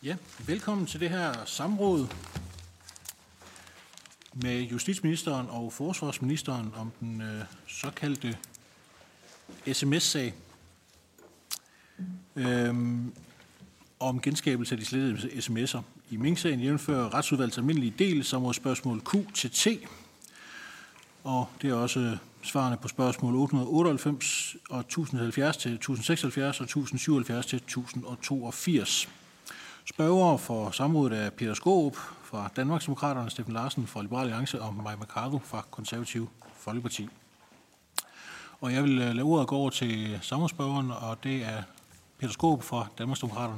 Ja, velkommen til det her samråd med justitsministeren og forsvarsministeren om den såkaldte sms-sag om genskabelse af de slettede sms'er. I Mink-sagen jævnfører Retsudvalgets almindelige del samrådsspørgsmål Q til T, og det er også svarene på spørgsmål 898 og 1070 til 1076 og 1077 til 1082. Spørgere for samrådet er Peter Skaarup fra Danmarksdemokraterne, Steffen Larsen fra Liberal Alliance og Mai Mercado fra Konservative Folkeparti. Og jeg vil lade ordet gå over til samrådsspørgeren, og det er Peter Skaarup fra Danmarksdemokraterne.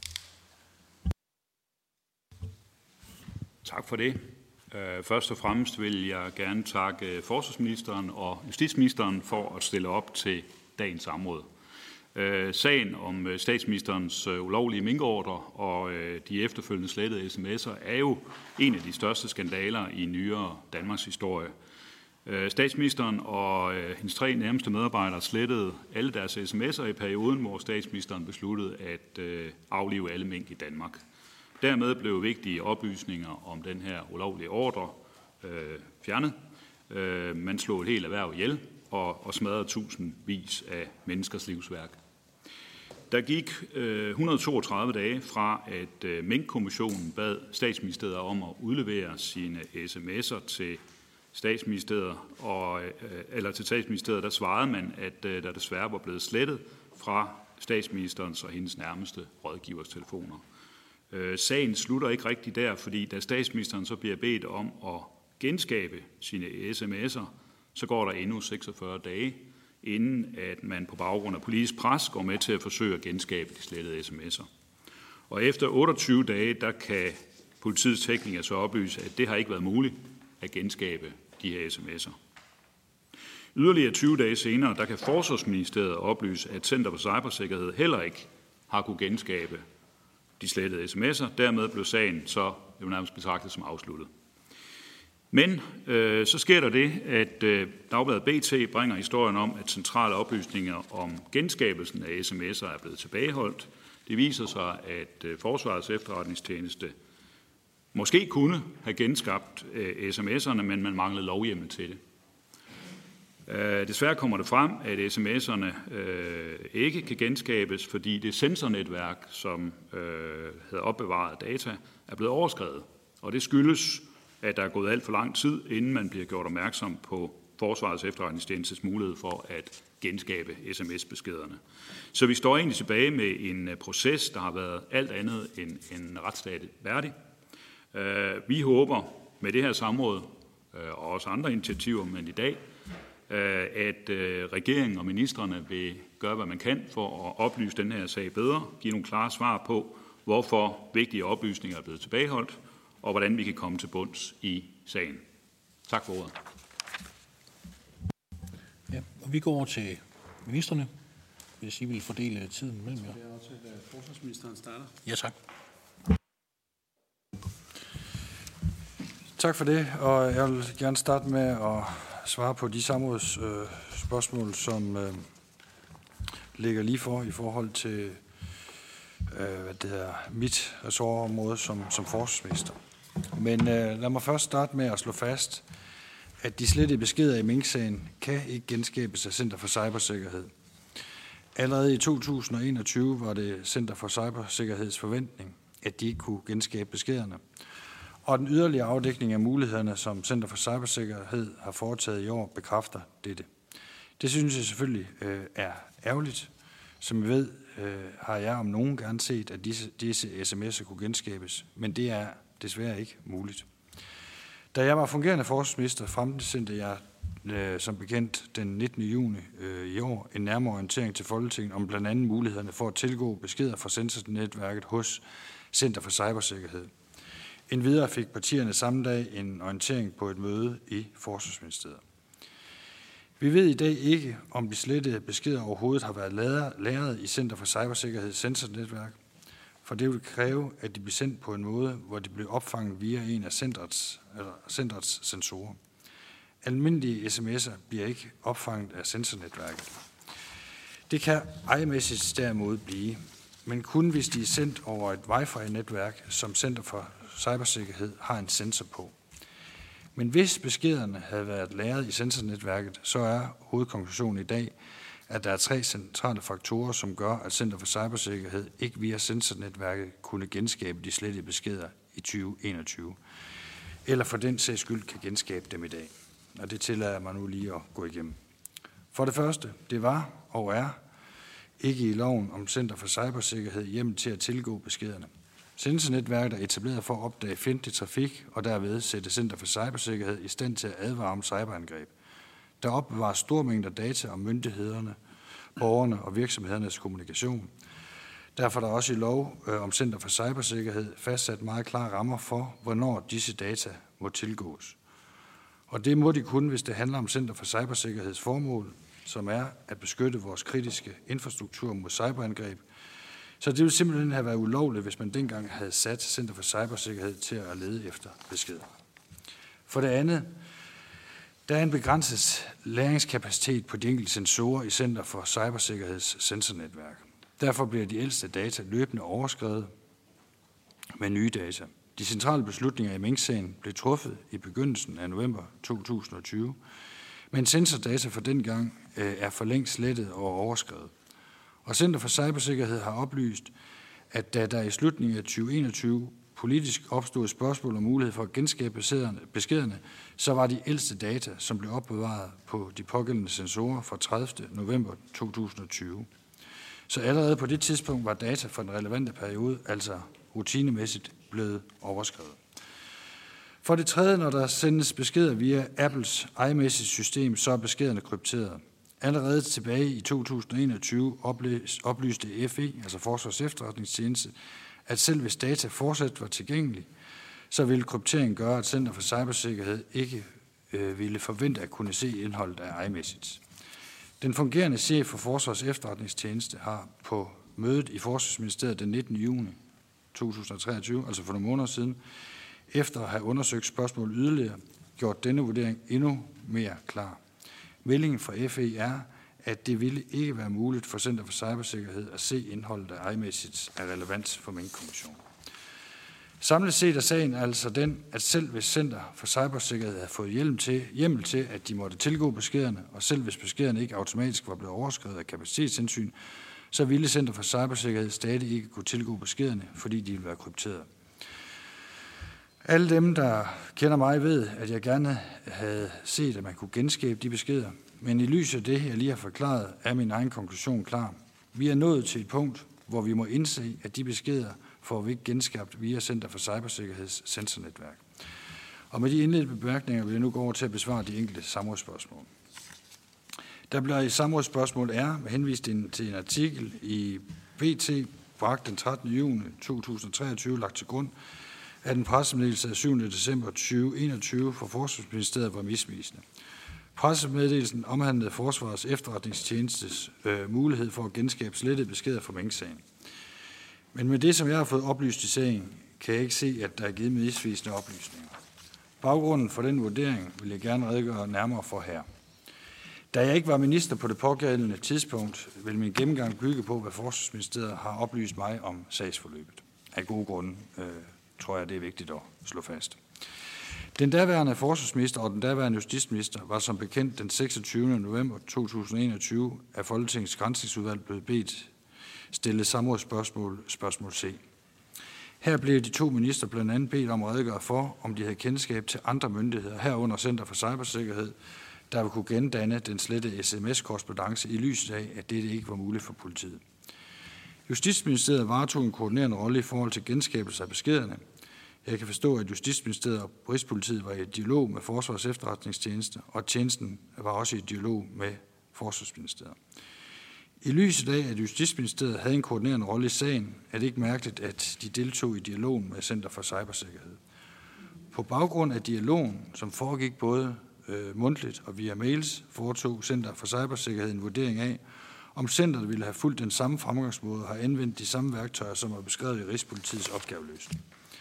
Tak for det. Først og fremmest vil jeg gerne takke forsvarsministeren og justitsministeren for at stille op til dagens samråd. Sagen om statsministerens ulovlige minkordre og de efterfølgende slettede sms'er er jo en af de største skandaler i nyere Danmarks historie. Statsministeren og hendes 3 nærmeste medarbejdere slettede alle deres sms'er i perioden, hvor statsministeren besluttede at aflive alle mink i Danmark. Dermed blev vigtige oplysninger om den her ulovlige ordre fjernet. Man slog et helt erhverv ihjel og smadrede tusindvis af menneskers livsværk. Der gik 132 dage fra, at Mink-kommissionen bad Statsministeriet om at udlevere sine sms'er til Statsministeriet, der svarede man, at der desværre var blevet slettet fra statsministerens og hendes nærmeste rådgivers telefoner. Sagen slutter ikke rigtigt der, fordi da statsministeren så bliver bedt om at genskabe sine sms'er, så går der endnu 46 dage, inden at man på baggrund af politisk pres går med til at forsøge at genskabe de slettede sms'er. Og efter 28 dage, der kan politiets teknikere så oplyse, at det har ikke været muligt at genskabe de her sms'er. Yderligere 20 dage senere, der kan Forsvarsministeriet oplyse, at Center for Cybersikkerhed heller ikke har kunne genskabe de slettede sms'er. Dermed blev sagen så nærmest betragtet som afsluttet. Men så sker der det, at Dagbladet BT bringer historien om, at centrale oplysninger om genskabelsen af sms'er er blevet tilbageholdt. Det viser sig, at Forsvarets Efterretningstjeneste måske kunne have genskabt sms'erne, men man manglede lovhjemmel til det. Desværre kommer det frem, at sms'erne ikke kan genskabes, fordi det sensornetværk, som havde opbevaret data, er blevet overskredet. Og det skyldes, at der er gået alt for lang tid, inden man bliver gjort opmærksom på Forsvarets Efterretningstjenestes mulighed for at genskabe sms-beskederne. Så vi står egentlig tilbage med en proces, der har været alt andet end en retsstat værdig. Vi håber med det her samråd og også andre initiativer, men i dag, at regeringen og ministrene vil gøre, hvad man kan for at oplyse den her sag bedre, give nogle klare svar på, hvorfor vigtige oplysninger er blevet tilbageholdt, og hvordan vi kan komme til bunds i sagen. Tak for ordet. Ja, og vi går over til ministrene. Hvis I vil fordele tiden mellem jer. Det er også, at forsvarsministeren starter. Ja, tak. Tak for det, og jeg vil gerne starte med at svare på de samrådsspørgsmål, som ligger lige for i forhold til mit ressortområde som forsvarsminister. Men lad mig først starte med at slå fast, at de slettede beskeder i Mink-sagen kan ikke genskabes af Center for Cybersikkerhed. Allerede i 2021 var det Center for Cybersikkerheds forventning, at de ikke kunne genskabe beskederne. Og den yderligere afdækning af mulighederne, som Center for Cybersikkerhed har foretaget i år, bekræfter dette. Det synes jeg selvfølgelig er ærgerligt. Som I ved, har jeg om nogen gerne set, at disse sms'er kunne genskabes, men det er desværre ikke muligt. Da jeg var fungerende forsvarsminister, fremsendte jeg som bekendt den 19. juni i år en nærmere orientering til Folketinget om blandt andet mulighederne for at tilgå beskeder fra sensornetværket hos Center for Cybersikkerhed. Endvidere fik partierne samme dag en orientering på et møde i Forsvarsministeriet. Vi ved i dag ikke, om de slettede beskeder overhovedet har været lagret i Center for Cybersikkerheds sensornetværk, for det vil kræve, at de bliver sendt på en måde, hvor de bliver opfanget via en af centrets sensorer. Almindelige sms'er bliver ikke opfanget af sensornetværket. Det kan ejemæssigt derimod blive. men kun hvis de er sendt over et Wi-Fi-netværk, som Center for Cybersikkerhed har en sensor på. Men hvis beskederne havde været lagret i sensornetværket, så er hovedkonklusionen i dag, at der er 3 centrale faktorer, som gør, at Center for Cybersikkerhed ikke via sensornetværket kunne genskabe de slettede beskeder i 2021, eller for den sags skyld kan genskabe dem i dag. Og det tillader mig nu lige at gå igennem. For det første, det var og er ikke i loven om Center for Cybersikkerhed hjemmel til at tilgå beskederne. Sensornetværket er etableret for at opdage fjendtlig trafik og derved sætte Center for Cybersikkerhed i stand til at advare om cyberangreb. Der opbevares store mængder data om myndighederne, borgerne og virksomhedernes kommunikation. Derfor er der også i lov om Center for Cybersikkerhed fastsat meget klare rammer for, hvornår disse data må tilgås. Og det må de kun, hvis det handler om Center for Cybersikkerheds formål, som er at beskytte vores kritiske infrastruktur mod cyberangreb. Så det ville simpelthen have været ulovligt, hvis man dengang havde sat Center for Cybersikkerhed til at lede efter beskeder. For det andet, der er en begrænset lagringskapacitet på de enkelte sensorer i Center for Cybersikkerheds sensornetværk. Derfor bliver de ældste data løbende overskredet med nye data. De centrale beslutninger i Mink-sagen blev truffet i begyndelsen af november 2020, men sensordata for dengang er for længst slettet og overskredet. Og Center for Cybersikkerhed har oplyst, at da der i slutningen af 2021 politisk opstod et spørgsmål om mulighed for at genskabe beskederne, så var de ældste data, som blev opbevaret på de pågældende sensorer fra 30. november 2020. Så allerede på det tidspunkt var data for den relevante periode, altså rutinemæssigt, blevet overskredet. For det tredje, når der sendes beskeder via Apples iMessage-system, så er beskederne krypteret. Allerede tilbage i 2021 oplyste FE, altså Forsvars Efterretningstjeneste, at selv hvis data fortsat var tilgængelig, så ville kryptering gøre, at Center for Cybersikkerhed ikke ville forvente at kunne se indholdet af iMessage. Den fungerende chef for Forsvars Efterretningstjeneste har på mødet i Forsvarsministeriet den 19. juni 2023, altså for nogle måneder siden, efter at have undersøgt spørgsmålet yderligere, gjort denne vurdering endnu mere klar. Meldingen fra FE er, at det ville ikke være muligt for Center for Cybersikkerhed at se indholdet af iMessage af relevans for Mink-kommissionen. Samlet set er sagen altså den, at selv hvis Center for Cybersikkerhed havde fået hjemmel til, at de måtte tilgå beskederne, og selv hvis beskederne ikke automatisk var blevet overskredet af kapacitetshensyn, så ville Center for Cybersikkerhed stadig ikke kunne tilgå beskederne, fordi de ville være krypteret. Alle dem, der kender mig, ved, at jeg gerne havde set, at man kunne genskabe de beskeder, men i lyset af det, jeg lige har forklaret, er min egen konklusion klar. Vi er nået til et punkt, hvor vi må indse, at de beskeder får vi ikke genskabt via Center for Cybersikkerheds sensornetværk. Og med de indledende bemærkninger vil jeg nu gå over til at besvare de enkelte samrådsspørgsmål. Der bliver i samrådsspørgsmål med henvisning til en artikel i BT, bragt den 13. juni 2023, lagt til grund, at en pressemeddelelse af 7. december 2021 fra Forsvarsministeriet var misvisende. Pressemeddelelsen omhandlede Forsvarets Efterretningstjenestes mulighed for at genskabe slettede beskeder fra Mink-sagen. Men med det, som jeg har fået oplyst i sagen, kan jeg ikke se, at der er givet misvisende oplysninger. Baggrunden for den vurdering vil jeg gerne redegøre nærmere for her. Da jeg ikke var minister på det pågældende tidspunkt, vil min gennemgang bygge på, hvad Forsvarsministeriet har oplyst mig om sagsforløbet. Af gode grunde tror jeg, det er vigtigt at slå fast. Den daværende forsvarsminister og den daværende justitsminister var som bekendt den 26. november 2021 af Folketingets granskningsudvalg blevet bedt stillet samrådsspørgsmål, spørgsmål C. Her blev de to minister blandt andet bedt om at redegøre for, om de havde kendskab til andre myndigheder, herunder Center for Cybersikkerhed, der ville kunne gendanne den slettede sms-korrespondance i lyset af, at dette ikke var muligt for politiet. Justitsministeriet varetog en koordinerende rolle i forhold til genskabelse af beskederne. Jeg kan forstå, at Justitsministeriet og Rigspolitiet var i dialog med Forsvars Efterretningstjeneste, og tjenesten var også i dialog med Forsvarsministeriet. I lyset af, at Justitsministeriet havde en koordinerende rolle i sagen, er det ikke mærkeligt, at de deltog i dialogen med Center for Cybersikkerhed. På baggrund af dialogen, som foregik både mundtligt og via mails, foretog Center for Cybersikkerhed en vurdering af, om centret ville have fulgt den samme fremgangsmåde og have anvendt de samme værktøjer, som er beskrevet i Rigspolitiets opgaveløsning.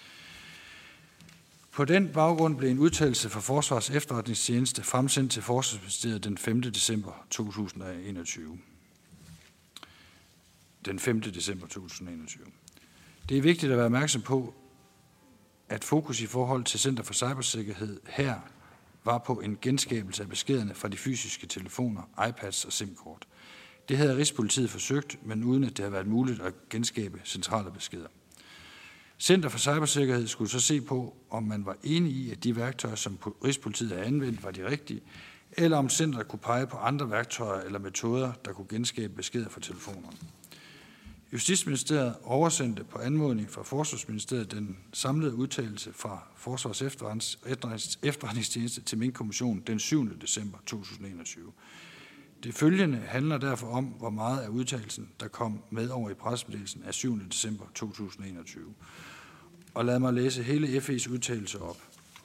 På den baggrund blev en udtalelse fra Forsvars Efterretningstjeneste fremsendt til Forsvarsministeriet den 5. december 2021. den 5. december 2021. Det er vigtigt at være opmærksom på, at fokus i forhold til Center for Cybersikkerhed her var på en genskabelse af beskederne fra de fysiske telefoner, iPads og SIM-kort. Det havde Rigspolitiet forsøgt, men uden at det havde været muligt at genskabe centrale beskeder. Center for Cybersikkerhed skulle så se på, om man var enig i, at de værktøjer, som Rigspolitiet havde anvendt, var de rigtige, eller om centret kunne pege på andre værktøjer eller metoder, der kunne genskabe beskeder fra telefonerne. Justitsministeriet oversendte på anmodning fra Forsvarsministeriet den samlede udtalelse fra Forsvars Efterretningstjeneste til Minkkommissionen den 7. december 2021. Det følgende handler derfor om, hvor meget af udtalelsen, der kom med over i pressemeddelelsen af 7. december 2021. Og lad mig læse hele FE's udtalelse op.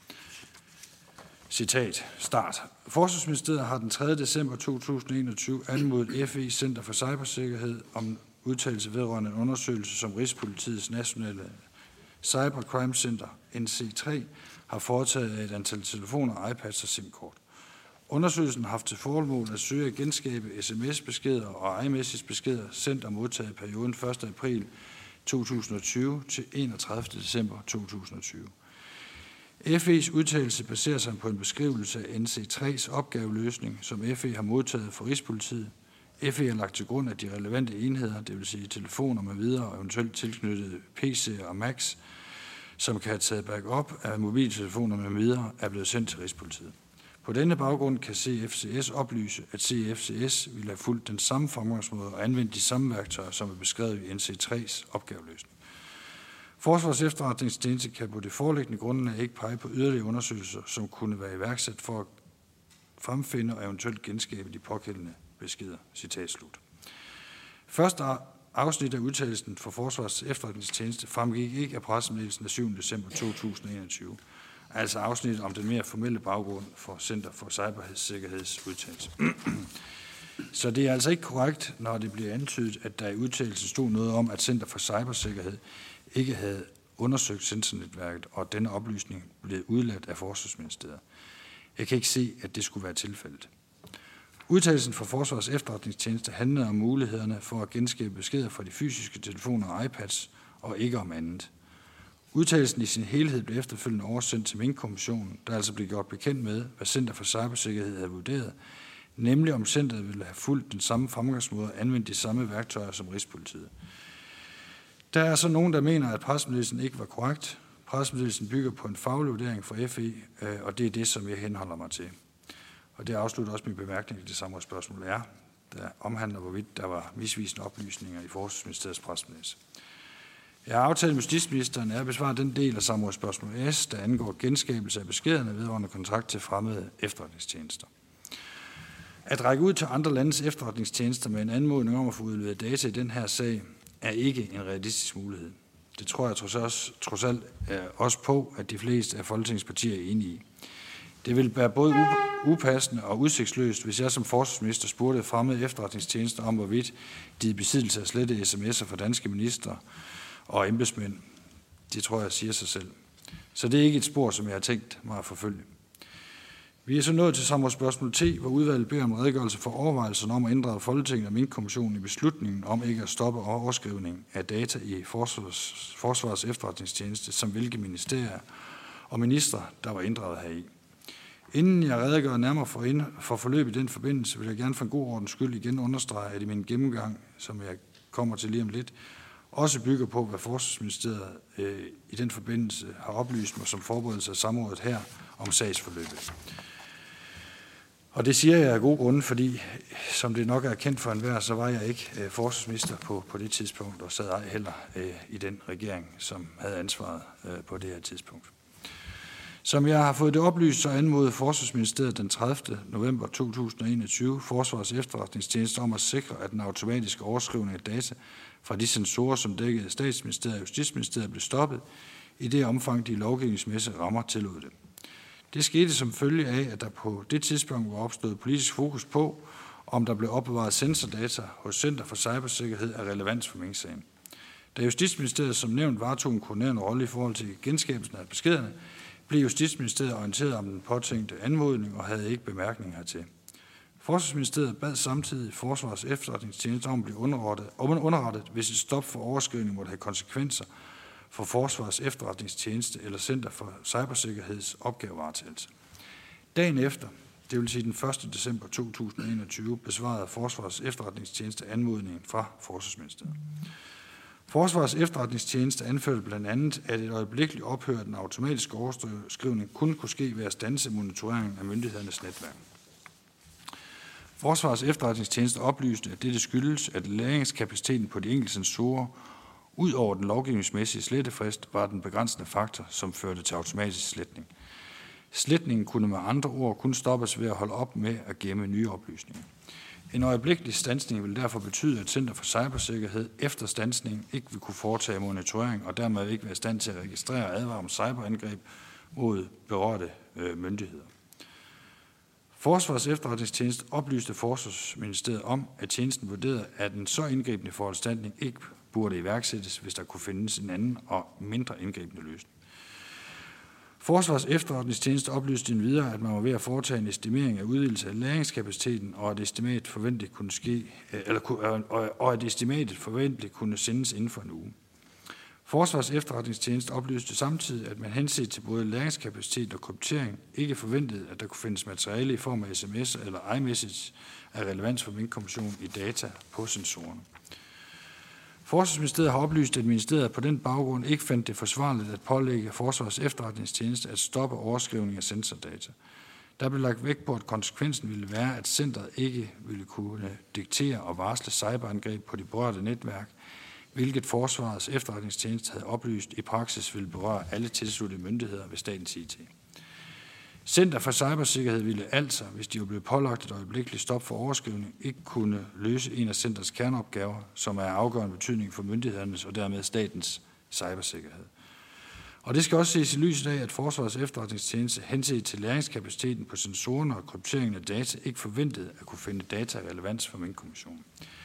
Citat. Start. Forsvarsministeriet har den 3. december 2021 anmodet FE Center for Cybersikkerhed om udtalelse vedrørende en undersøgelse, som Rigspolitiets Nationale Cybercrime Center, NC3, har foretaget af et antal telefoner, iPads og SIM-kort. Undersøgelsen har haft til formål at søge at genskabe sms-beskeder og iMessage-beskeder sendt og modtaget i perioden 1. april 2020 til 31. december 2020. FE's udtalelse baserer sig på en beskrivelse af NC3's opgaveløsning, som FE har modtaget fra Rigspolitiet. FE har lagt til grund, at de relevante enheder, det vil sige telefoner med videre og eventuelt tilknyttede PC'er og Macs, som kan have taget backup af mobiltelefoner med videre, er blevet sendt til Rigspolitiet. På denne baggrund kan CFCS oplyse, at CFCS ville have fulgt den samme fremgangsmåde og anvendt de samme værktøjer, som er beskrevet i NC3's opgaveløsning. Forsvars Efterretningstjeneste kan på det foreliggende grundlag ikke pege på yderligere undersøgelser, som kunne være iværksat for at fremfinde og eventuelt genskabe de pågældende beskeder. Citat slut. Første afsnit af udtalelsen for Forsvars Efterretningstjeneste fremgik ikke af pressemeddelelsen af 7. december 2021, altså afsnittet om den mere formelle baggrund for Center for Cybersikkerheds udtalelse. Så det er altså ikke korrekt, når det bliver antydet, at der i udtalelsen stod noget om, at Center for Cybersikkerhed ikke havde undersøgt sensornetværket, og denne oplysning blev udladt af Forsvarsministeriet. Jeg kan ikke se, at det skulle være tilfældet. Udtalelsen fra Forsvars Efterretningstjeneste handlede om mulighederne for at genskabe beskeder fra de fysiske telefoner og iPads, og ikke om andet. Udtalelsen i sin helhed blev efterfølgende oversendt til Minkkommissionen, der altså blev gjort bekendt med, hvad Center for Cybersikkerhed havde vurderet, nemlig om centret ville have fulgt den samme fremgangsmåde og anvendt de samme værktøjer som Rigspolitiet. Der er så nogen, der mener, at pressemeddelelsen ikke var korrekt. Pressemeddelelsen bygger på en faglig vurdering fra FE, og det er det, som jeg henholder mig til. Og det afslutter også min bemærkning til det samme spørgsmål er, der omhandler, hvorvidt der var misvisende oplysninger i Forsvarsministeriets pressemeddelelse. Jeg har aftalt med justitsministeren at besvare den del af samrådsspørgsmål S, der angår genskabelse af beskederne vedrørende kontrakt til fremmede efterretningstjenester. At række ud til andre landes efterretningstjenester med en anmodning om at få udleveret data i den her sag, er ikke en realistisk mulighed. Det tror jeg trods alt også på, at de fleste af Folketingets partier er enige i. Det vil være både upassende og udsigtsløst, hvis jeg som forsvarsminister spurgte fremmede efterretningstjenester om, hvorvidt de er i besiddelse af slettede sms'er fra danske ministre og embedsmænd. Det tror jeg siger sig selv. Så det er ikke et spor, som jeg har tænkt mig at forfølge. Vi er så nået til samrådsspørgsmål T, hvor udvalget beder om redegørelse for overvejelserne om at inddrage Folketinget og Minkkommissionen i beslutningen om ikke at stoppe overskrivning af data i Forsvars Efterretningstjeneste, som hvilke ministerier og ministre, der var inddraget heri. Inden jeg redegør nærmere for forløb i den forbindelse, vil jeg gerne for en god ordens skyld igen understrege, at i min gennemgang, som jeg kommer til lige om lidt, også bygger på, hvad Forsvarsministeriet i den forbindelse har oplyst mig som forberedelse af samrådet her om sagsforløbet. Og det siger jeg af gode grunde, fordi, som det nok er kendt for enhver, så var jeg ikke forsvarsminister på det tidspunkt, og sad ej heller i den regering, som havde ansvaret på det her tidspunkt. Som jeg har fået det oplyst, så anmodede Forsvarsministeriet den 30. november 2021 Forsvars Efterretningstjeneste om at sikre, at den automatiske overskrivning af data fra de sensorer, som dækkede Statsministeriet og Justitsministeriet, blev stoppet i det omfang, de lovgivningsmæssige rammer tillod det. Det skete som følge af, at der på det tidspunkt var opstået politisk fokus på, om der blev opbevaret sensordata hos Center for Cybersikkerhed af relevans for minksagen. Da Justitsministeriet som nævnt varetog en koordinerende rolle i forhold til genskabelsen af beskederne, blev Justitsministeriet orienteret om den påtænkte anmodning og havde ikke bemærkninger hertil. Forsvarsministeriet bad samtidig Forsvarets Efterretningstjeneste om at blive underrettet, hvis et stop for overskrivning måtte have konsekvenser for Forsvarets Efterretningstjeneste eller Center for Cybersikkerheds opgavevaretagelse. Dagen efter, det vil sige den 1. december 2021, besvarede Forsvarets Efterretningstjeneste anmodningen fra Forsvarsministeriet. Forsvarets Efterretningstjeneste anførte blandt andet, at et øjeblikkeligt ophør af den automatiske overskrivning kun kunne ske ved at standse monitoreringen af myndighedernes netværk. Forsvarets Efterretningstjeneste oplyste, at dette skyldes, at lagringskapaciteten på de enkelte sensorer ud over den lovgivningsmæssige slettefrist var den begrænsende faktor, som førte til automatisk sletning. Sletningen kunne med andre ord kun stoppes ved at holde op med at gemme nye oplysninger. En øjeblikkelig standsning vil derfor betyde, at Center for Cybersikkerhed efter standsning ikke vil kunne foretage monitorering og dermed ikke være i stand til at registrere og advare om cyberangreb mod berørte myndigheder. Forsvarets Efterretningstjeneste oplyste Forsvarsministeriet om, at tjenesten vurderede, at en så indgribende foranstaltning ikke burde iværksættes, hvis der kunne findes en anden og mindre indgribende løsning. Forsvarets Efterretningstjeneste oplyste endvidere, at man var ved at foretage en estimering af udvidelse af lagringskapaciteten, og at estimatet forventeligt kunne sendes inden for en uge. Forsvarets Efterretningstjeneste oplyste samtidig, at man henset til både lagringskapacitet og kryptering ikke forventede, at der kunne findes materiale i form af sms eller iMessage af relevans for Minkkommissionen i data på sensorerne. Forsvarsministeriet har oplyst, at ministeriet på den baggrund ikke fandt det forsvarligt at pålægge Forsvarets Efterretningstjeneste at stoppe overskrivning af sensordata. Der blev lagt vægt på, at konsekvensen ville være, at centret ikke ville kunne diktere og varsle cyberangreb på de berørte netværk, hvilket Forsvarets Efterretningstjeneste havde oplyst i praksis ville berøre alle tilsluttede myndigheder ved statens IT. Center for Cybersikkerhed ville altså, hvis de var blevet pålagt et øjeblikkeligt stop for overskrivning, ikke kunne løse en af centers kerneopgaver, som er af afgørende betydning for myndighedernes og dermed statens cybersikkerhed. Og det skal også ses i lyset af, at Forsvarets Efterretningstjeneste henset til lagringskapaciteten på sensorerne og krypteringen af data ikke forventede at kunne finde data relevans for Minkkommissionen.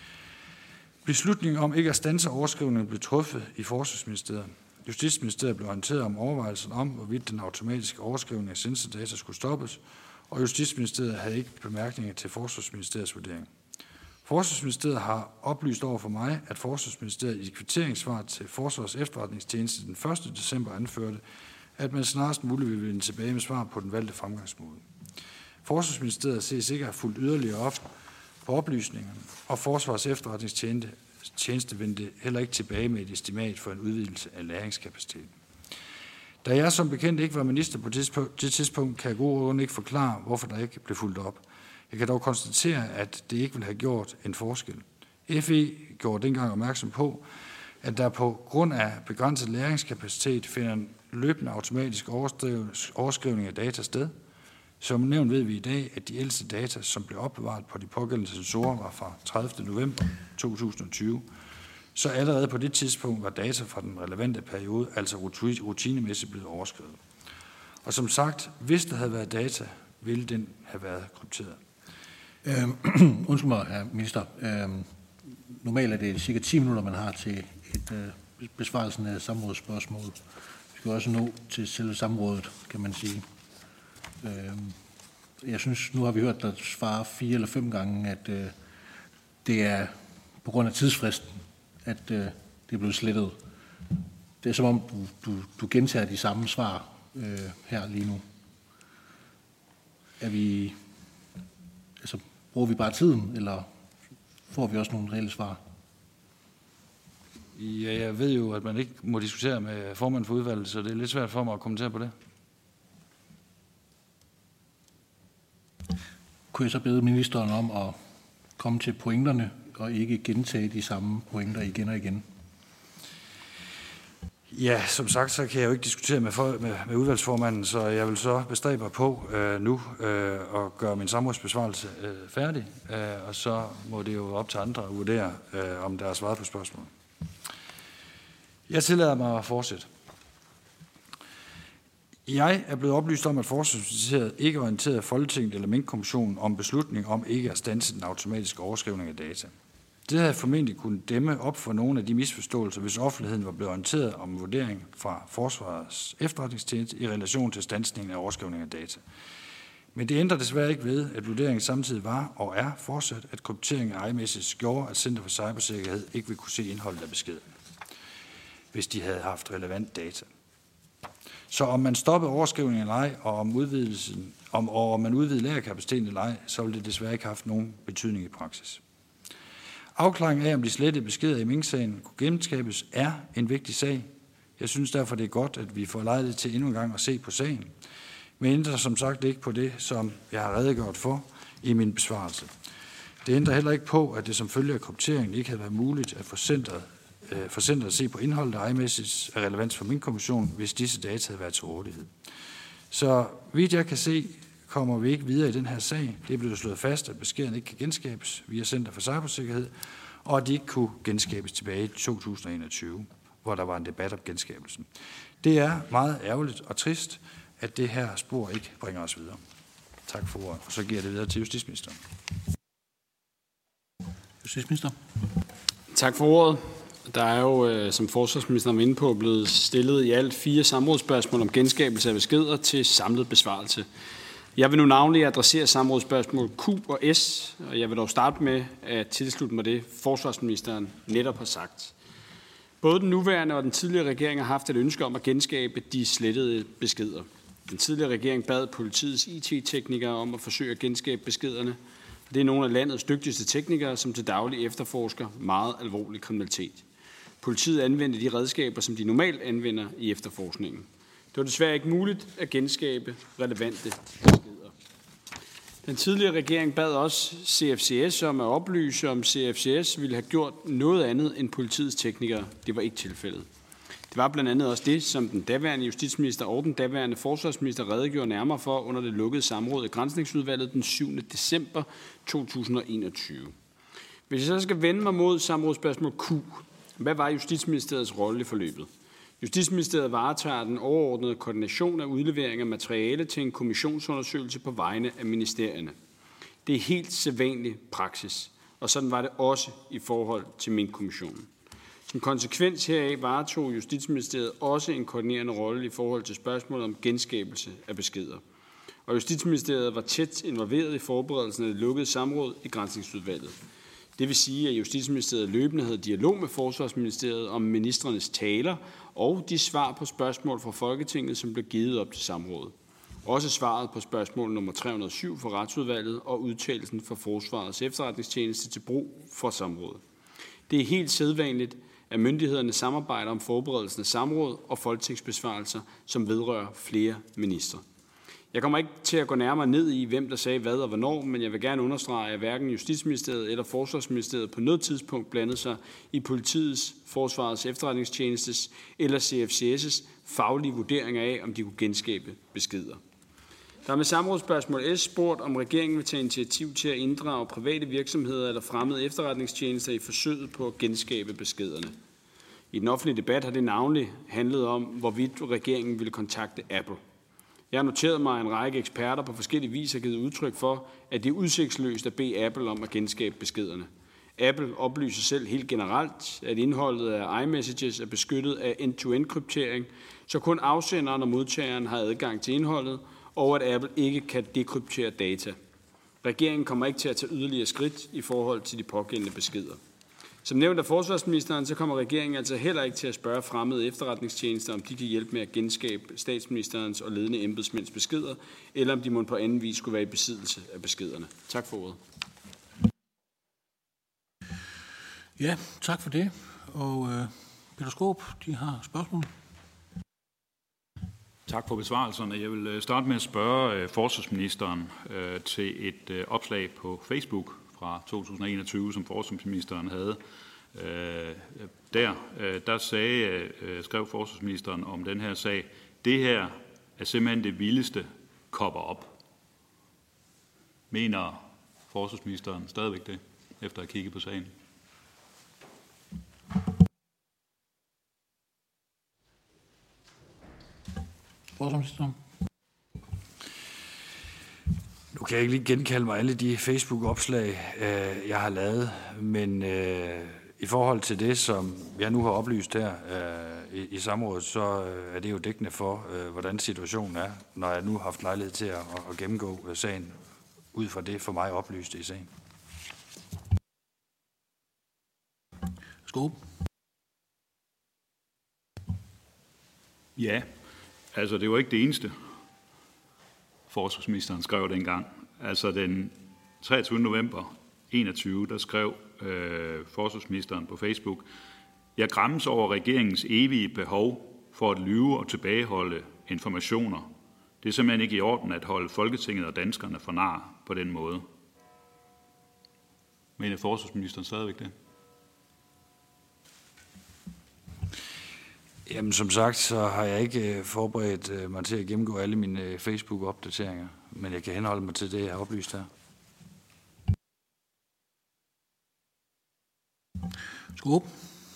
Beslutningen om ikke at standse overskrivningen blev truffet i Forsvarsministeriet. Justitsministeriet blev orienteret om overvejelsen om, hvorvidt den automatiske overskrivning af sensordata skulle stoppes, og Justitsministeriet havde ikke bemærkninger til Forsvarsministeriets vurdering. Forsvarsministeriet har oplyst over for mig, at Forsvarsministeriet i kvitteringssvar til Forsvars Efterretningstjeneste den 1. december anførte, at man snarest muligt vil vende tilbage med svar på den valgte fremgangsmåde. Forsvarsministeriet ses ikke at have fulgt yderligere op på oplysningerne, og Forsvars Efterretningstjeneste vendte heller ikke tilbage med et estimat for en udvidelse af lagringskapaciteten. Da jeg som bekendt ikke var minister på det tidspunkt, kan jeg god grund ikke forklare, hvorfor der ikke blev fulgt op. Jeg kan dog konstatere, at det ikke ville have gjort en forskel. FE gjorde dengang opmærksom på, at der på grund af begrænset lagringskapacitet finder en løbende automatisk overskrivning af data sted. Som nævnt ved vi i dag, at de ældste data, som blev opbevaret på de pågældende sensorer, var fra 30. november 2020. Så allerede på det tidspunkt var data fra den relevante periode, altså rutinemæssigt, blevet overskrevet. Og som sagt, hvis der havde været data, ville den have været krypteret. Undskyld mig, herr minister. Normalt er det cirka 10 minutter, man har til et besvarelsen af samrådsspørgsmål. Vi skal også nå til selve samrådet, kan man sige. Jeg synes, nu har vi hørt dig svare 4 eller 5 gange, at det er på grund af tidsfristen, at det er blevet slettet. Det er som om, du gentager de samme svar her lige nu. Bruger vi bare tiden, eller får vi også nogle reelle svar? Ja, jeg ved jo, at man ikke må diskutere med formanden for udvalget, så det er lidt svært for mig at kommentere på det. Kunne jeg så bede ministeren om at komme til pointerne, og ikke gentage de samme pointer igen og igen? Ja, som sagt, så kan jeg jo ikke diskutere med udvalgsformanden, så jeg vil så bestræbe mig på nu at gøre min samrådsbesvarelse færdig, og så må det jo op til andre at vurdere, om der er svaret på spørgsmålet. Jeg tillader mig at fortsætte. Jeg er blevet oplyst om, at Forsvarsministeriet ikke orienterede Folketinget eller Minkkommissionen om beslutning om ikke at standse den automatiske overskrivning af data. Det havde formentlig kunnet dæmme op for nogle af de misforståelser, hvis offentligheden var blevet orienteret om vurdering fra Forsvarets Efterretningstjeneste i relation til standsningen af overskrivning af data. Men det ændrer desværre ikke ved, at vurderingen samtidig var og er fortsat, at kryptering af iMessage gjorde, at Center for Cybersikkerhed ikke ville kunne se indholdet af beskederne, hvis de havde haft relevant data. Så om man stoppede overskrivningen eller ej, og om man udvidede lagerkapaciteten eller ej, så ville det desværre ikke have haft nogen betydning i praksis. Afklaringen af, om de slettede beskeder i Mink-sagen kunne genskabes, er en vigtig sag. Jeg synes derfor, det er godt, at vi får lejlighed til endnu en gang at se på sagen. Men ændrer som sagt ikke på det, som jeg har redegjort for i min besvarelse. Det ændrer heller ikke på, at det som følge af krypteringen ikke havde været muligt at få centret at se på indholdet af iMessage af relevans for Mink-kommissionen, hvis disse data havde været til rådighed. Så vidt jeg kan se, kommer vi ikke videre i den her sag. Det er blevet slået fast, at beskederne ikke kan genskabes via Center for Cybersikkerhed, og at de ikke kunne genskabes tilbage i 2021, hvor der var en debat om genskabelsen. Det er meget ærgerligt og trist, at det her spor ikke bringer os videre. Tak for ordet, og så giver jeg det videre til justitsministeren. Justitsminister. Tak for ordet. Der er jo, som forsvarsministeren var inde på, blevet stillet i alt 4 samrådsspørgsmål om genskabelse af beskeder til samlet besvarelse. Jeg vil nu navnlig adressere samrådsspørgsmål Q og S, og jeg vil dog starte med at tilslutte mig det, forsvarsministeren netop har sagt. Både den nuværende og den tidligere regering har haft et ønske om at genskabe de slettede beskeder. Den tidligere regering bad politiets IT-teknikere om at forsøge at genskabe beskederne. Det er nogle af landets dygtigste teknikere, som til daglig efterforsker meget alvorlig kriminalitet. Politiet anvendte de redskaber, som de normalt anvender i efterforskningen. Det var desværre ikke muligt at genskabe relevante beskeder. Den tidligere regering bad også CFCS om at oplyse, om CFCS ville have gjort noget andet end politiets teknikere. Det var ikke tilfældet. Det var blandt andet også det, som den daværende justitsminister og den daværende forsvarsminister redegjorde nærmere for under det lukkede samråd i Granskningsudvalget den 7. december 2021. Hvis jeg så skal vende mig mod samrådsspørgsmål Q, hvad var Justitsministeriets rolle i forløbet? Justitsministeriet varetager den overordnede koordination af udlevering af materiale til en kommissionsundersøgelse på vegne af ministerierne. Det er helt sædvanlig praksis, og sådan var det også i forhold til Mink-kommissionen. Som konsekvens heraf varetog Justitsministeriet også en koordinerende rolle i forhold til spørgsmålet om genskabelse af beskeder. Og Justitsministeriet var tæt involveret i forberedelsen af det lukkede samråd i Granskningsudvalget. Det vil sige, at Justitsministeriet løbende havde dialog med Forsvarsministeriet om ministrenes taler og de svar på spørgsmål fra Folketinget, som blev givet op til samrådet. Også svaret på spørgsmål nummer 307 fra Retsudvalget og udtalelsen fra Forsvarets efterretningstjeneste til brug for samrådet. Det er helt sædvanligt, at myndighederne samarbejder om forberedelsen af samråd og folketingsbesvarelser, som vedrører flere ministre. Jeg kommer ikke til at gå nærmere ned i, hvem der sagde hvad og hvornår, men jeg vil gerne understrege, at hverken Justitsministeriet eller Forsvarsministeriet på noget tidspunkt blandede sig i politiets, Forsvarets efterretningstjenestes eller CFCS' faglige vurderinger af, om de kunne genskabe beskeder. Der er med samrådsspørgsmål S spurgt, om regeringen vil tage initiativ til at inddrage private virksomheder eller fremmede efterretningstjenester i forsøget på at genskabe beskederne. I den offentlige debat har det navnlig handlet om, hvorvidt regeringen ville kontakte Apple. Jeg har noteret mig, at en række eksperter på forskellige vis har givet udtryk for, at det er udsigtsløst at bede Apple om at genskabe beskederne. Apple oplyser selv helt generelt, at indholdet af iMessages er beskyttet af end-to-end-kryptering, så kun afsenderen og modtageren har adgang til indholdet, og at Apple ikke kan dekryptere data. Regeringen kommer ikke til at tage yderligere skridt i forhold til de pågældende beskeder. Som nævnt af forsvarsministeren, så kommer regeringen altså heller ikke til at spørge fremmede efterretningstjenester, om de kan hjælpe med at genskabe statsministerens og ledende embedsmænds beskeder, eller om de må på anden vis skulle være i besiddelse af beskederne. Tak for ordet. Ja, tak for det. Og Peter Skaarup, de har spørgsmål. Tak for besvarelserne. Jeg vil starte med at spørge forsvarsministeren til et opslag på Facebook fra 2021, som forsvarsministeren havde. Der skrev forsvarsministeren om den her sag: det her er simpelthen det vildeste cover-up. Mener forsvarsministeren stadigvæk det, efter at have kigget på sagen? Forsvarsministeren. Nu kan jeg ikke lige genkalde mig alle de Facebook-opslag, jeg har lavet, men I forhold til det, som jeg nu har oplyst her i samrådet, så er det jo dækkende for, hvordan situationen er, når jeg nu har haft lejlighed til at gennemgå sagen ud fra det for mig oplyste i sagen. Skåb. Ja, altså det var ikke det eneste, forsvarsministeren skrev dengang. Altså den 23. november 21, der skrev forsvarsministeren på Facebook: Jeg græmmes over regeringens evige behov for at lyve og tilbageholde informationer. Det er simpelthen ikke i orden at holde Folketinget og danskerne for nar på den måde. Mener forsvarsministeren stadigvæk det? Jamen som sagt, så har jeg ikke forberedt mig til at gennemgå alle mine Facebook-opdateringer, men jeg kan henholde mig til det, jeg har oplyst her. Skåb.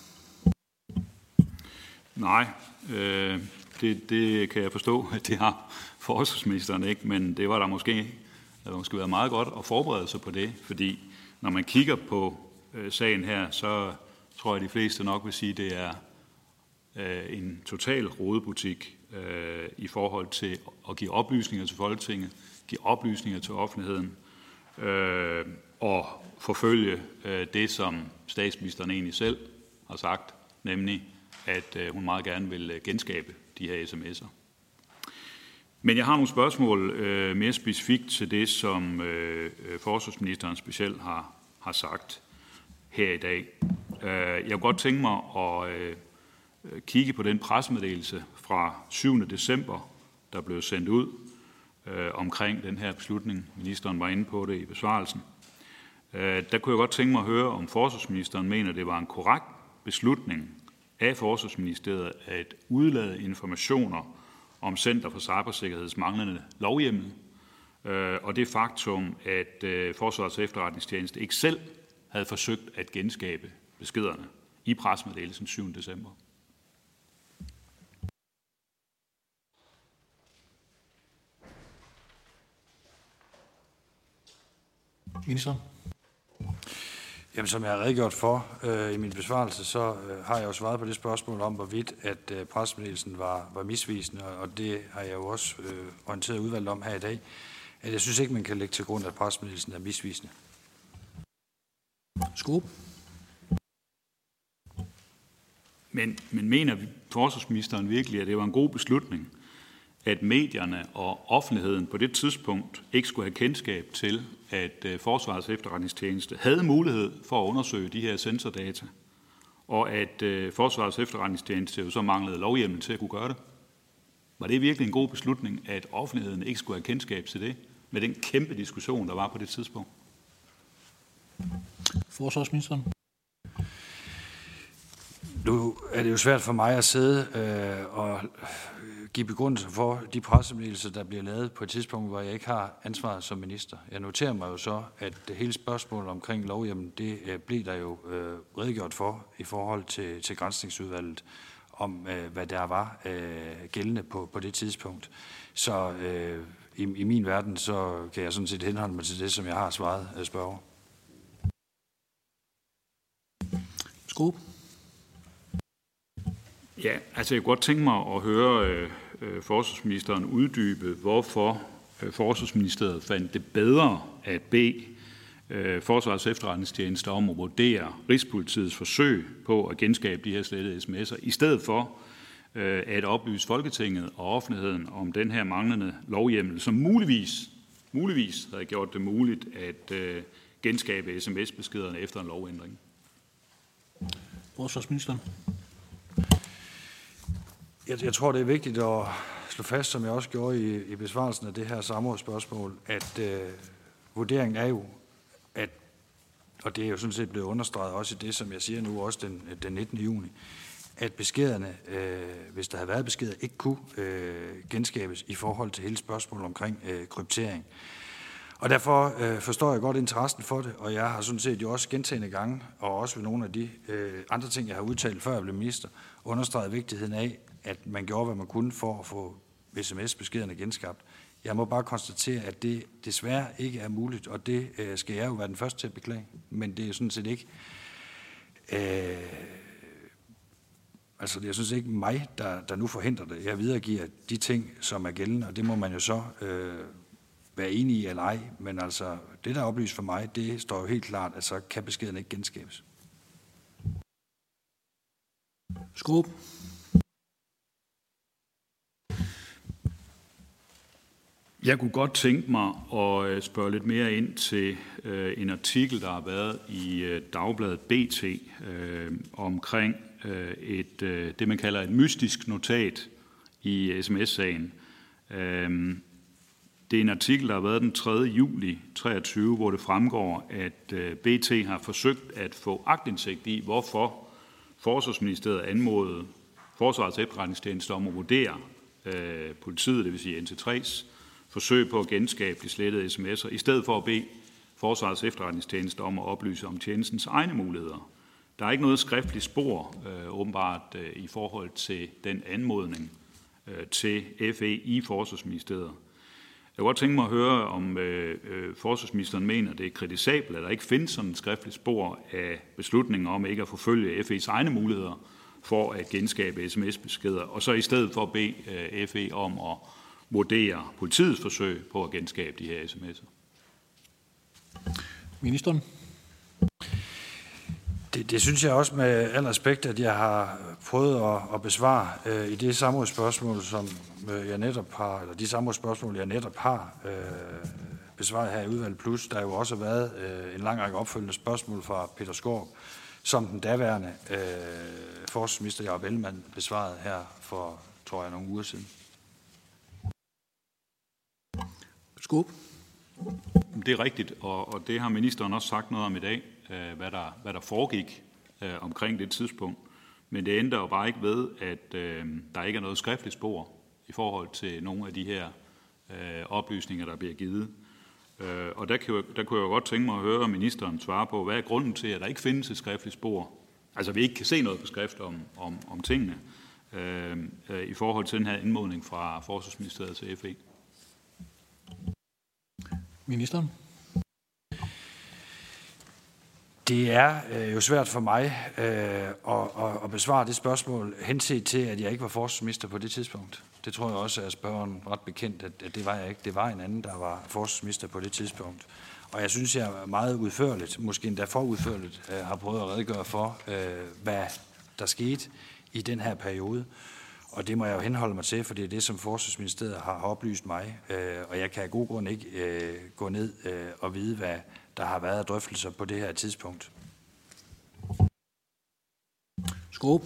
Nej, det kan jeg forstå, at det har forsvarsministeren ikke, men det var der måske været meget godt at forberede sig på det, fordi når man kigger på sagen her, så tror jeg, at de fleste nok vil sige, at det er en total rodebutik i forhold til at give oplysninger til Folketinget, give oplysninger til offentligheden og forfølge det, som statsministeren egentlig selv har sagt, nemlig at hun meget gerne vil genskabe de her sms'er. Men jeg har nogle spørgsmål mere specifikt til det, som forsvarsministeren specielt har sagt her i dag. Jeg kunne godt tænke mig at kigge på den pressemeddelelse fra 7. december, der blev sendt ud omkring den her beslutning. Ministeren var inde på det i besvarelsen. Der kunne jeg godt tænke mig at høre, om forsvarsministeren mener, det var en korrekt beslutning af Forsvarsministeriet at udlade informationer om Center for Cybersikkerheds manglende lovhjemmel, og det faktum, at Forsvarets Efterretningstjeneste ikke selv havde forsøgt at genskabe beskederne i pressemeddelelsen 7. december. Minister. Jamen, som jeg har redegjort for i min besvarelse, så har jeg jo svaret på det spørgsmål om, hvorvidt at pressemeddelelsen var misvisende, og det har jeg jo også orienteret udvalget om her i dag, at jeg synes ikke, man kan lægge til grund, at pressemeddelelsen er misvisende. Skåb. Men mener forsvarsministeren virkelig, at det var en god beslutning, at medierne og offentligheden på det tidspunkt ikke skulle have kendskab til, at Forsvarets Efterretningstjeneste havde mulighed for at undersøge de her sensordata, og at Forsvarets Efterretningstjeneste jo så manglede lovhjemmel til at kunne gøre det? Var det virkelig en god beslutning, at offentligheden ikke skulle have kendskab til det, med den kæmpe diskussion, der var på det tidspunkt? Forsvarsministeren. Nu er det jo svært for mig at sidde og give begrundelser for de pressemeddelelser, der bliver lavet på et tidspunkt, hvor jeg ikke har ansvaret som minister. Jeg noterer mig jo så, at hele spørgsmålet omkring lovhjemmen, det blev der jo redegjort for i forhold til Granskningsudvalget, om hvad der var gældende på det tidspunkt. Så i min verden, så kan jeg sådan set henholde mig til det, som jeg har svaret spørger. Skåb. Ja, altså jeg kunne godt tænke mig at høre forsvarsministeren uddybe, hvorfor Forsvarsministeriet fandt det bedre at bede Forsvarets Efterretningstjeneste om at vurdere Rigspolitiets forsøg på at genskabe de her slettede sms'er, i stedet for at oplyse Folketinget og offentligheden om den her manglende lovhjemmel, som muligvis havde gjort det muligt at genskabe sms-beskederne efter en lovændring. Forsvarsministeren. Jeg tror, det er vigtigt at slå fast, som jeg også gjorde i besvarelsen af det her samrådsspørgsmål, at vurderingen er jo, at, og det er jo sådan set blevet understreget også i det, som jeg siger nu, også den 19. juni, at beskederne, hvis der havde været beskeder, ikke kunne genskabes i forhold til hele spørgsmålet omkring kryptering. Og derfor forstår jeg godt interessen for det, og jeg har sådan set jo også gentagne gange, og også ved nogle af de andre ting, jeg har udtalt, før jeg blev minister, understreget vigtigheden af, at man gjorde, hvad man kunne for at få sms-beskederne genskabt. Jeg må bare konstatere, at det desværre ikke er muligt, og det skal jeg jo være den første til at beklage. Men det er jo sådan set ikke Altså, jeg synes ikke mig, der nu forhindrer det. Jeg videregiver de ting, som er gældende, og det må man jo så være enig i eller ej. Men altså, det, der er oplyst for mig, det står jo helt klart, at så kan beskeden ikke genskabes. Skåb. Jeg kunne godt tænke mig at spørge lidt mere ind til en artikel, der har været i Dagbladet BT omkring det, man kalder et mystisk notat i sms-sagen. Det er en artikel, der har været den 3. juli 2023, hvor det fremgår, at BT har forsøgt at få aktindsigt i, hvorfor Forsvarsministeriet anmodede Forsvarets Efterretningstjeneste om at vurdere politiet, det vil sige NT3's, forsøg på at genskabe de slettede sms'er, i stedet for at bede Forsvarets Efterretningstjeneste om at oplyse om tjenestens egne muligheder. Der er ikke noget skriftligt spor, åbenbart, i forhold til den anmodning til FE i Forsvarsministeriet. Jeg kunne godt tænke mig at høre, om forsvarsministeren mener, det er kritisabelt, at der ikke findes sådan et skriftligt spor af beslutningen om ikke at forfølge FE's egne muligheder for at genskabe sms-beskeder, og så i stedet for at bede FE om at vurdere politiets forsøg på at genskabe de her sms'er. Ministeren. Det synes jeg også med al respekt, at jeg har prøvet at besvare i det samrådsspørgsmål, som jeg netop har, eller de samrådsspørgsmål, jeg netop har besvaret her i Udvalg Plus. Der har jo også været en lang række opfølgende spørgsmål fra Peter Skaarup, som den daværende forsvarsminister Jacob Ellemann besvarede her for, tror jeg, nogle uger siden. Skåb. Det er rigtigt, og det har ministeren også sagt noget om i dag, hvad der foregik omkring det tidspunkt. Men det ændrer jo bare ikke ved, at der ikke er noget skriftligt spor i forhold til nogle af de her oplysninger, der bliver givet. Og der kunne jeg jo godt tænke mig at høre ministeren svare på, hvad er grunden til, at der ikke findes et skriftligt spor? Altså, vi ikke kan se noget på skrift om tingene i forhold til den her anmodning fra Forsvarsministeriet til FE. Ministeren. Det er jo svært for mig at besvare det spørgsmål, henset til, at jeg ikke var forsvarsminister på det tidspunkt. Det tror jeg også er spørgeren ret bekendt, at det var jeg ikke. Det var en anden, der var forsvarsminister på det tidspunkt. Og jeg synes, jeg meget udførligt, måske endda for udførligt, har prøvet at redegøre for, hvad der skete i den her periode. Og det må jeg jo henholde mig til, for det er det, som Forsvarsministeriet har oplyst mig. Og jeg kan af god grund ikke gå ned og vide, hvad der har været drøftelser på det her tidspunkt. Skåb.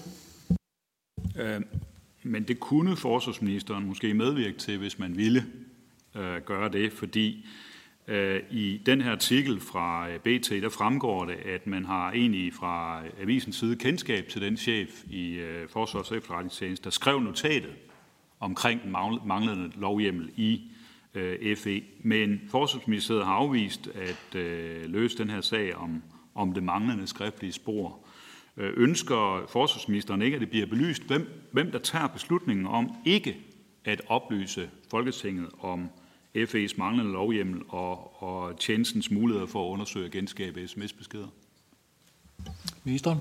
Men det kunne forsvarsministeren måske medvirke til, hvis man ville gøre det, fordi i den her artikel fra BT, der fremgår det, at man har egentlig fra avisens side kendskab til den chef i Forsvarets Efterretningstjeneste, der skrev notatet omkring den manglende lovhjemmel i FE. Men Forsvarsministeriet har afvist at løse den her sag om det manglende skriftlige spor. Ønsker forsvarsministeren ikke, at det bliver belyst, hvem der tager beslutningen om ikke at oplyse Folketinget om FE's manglende lovhjemmel og tjenestens muligheder for at undersøge og genskabe sms-beskeder? Ministeren?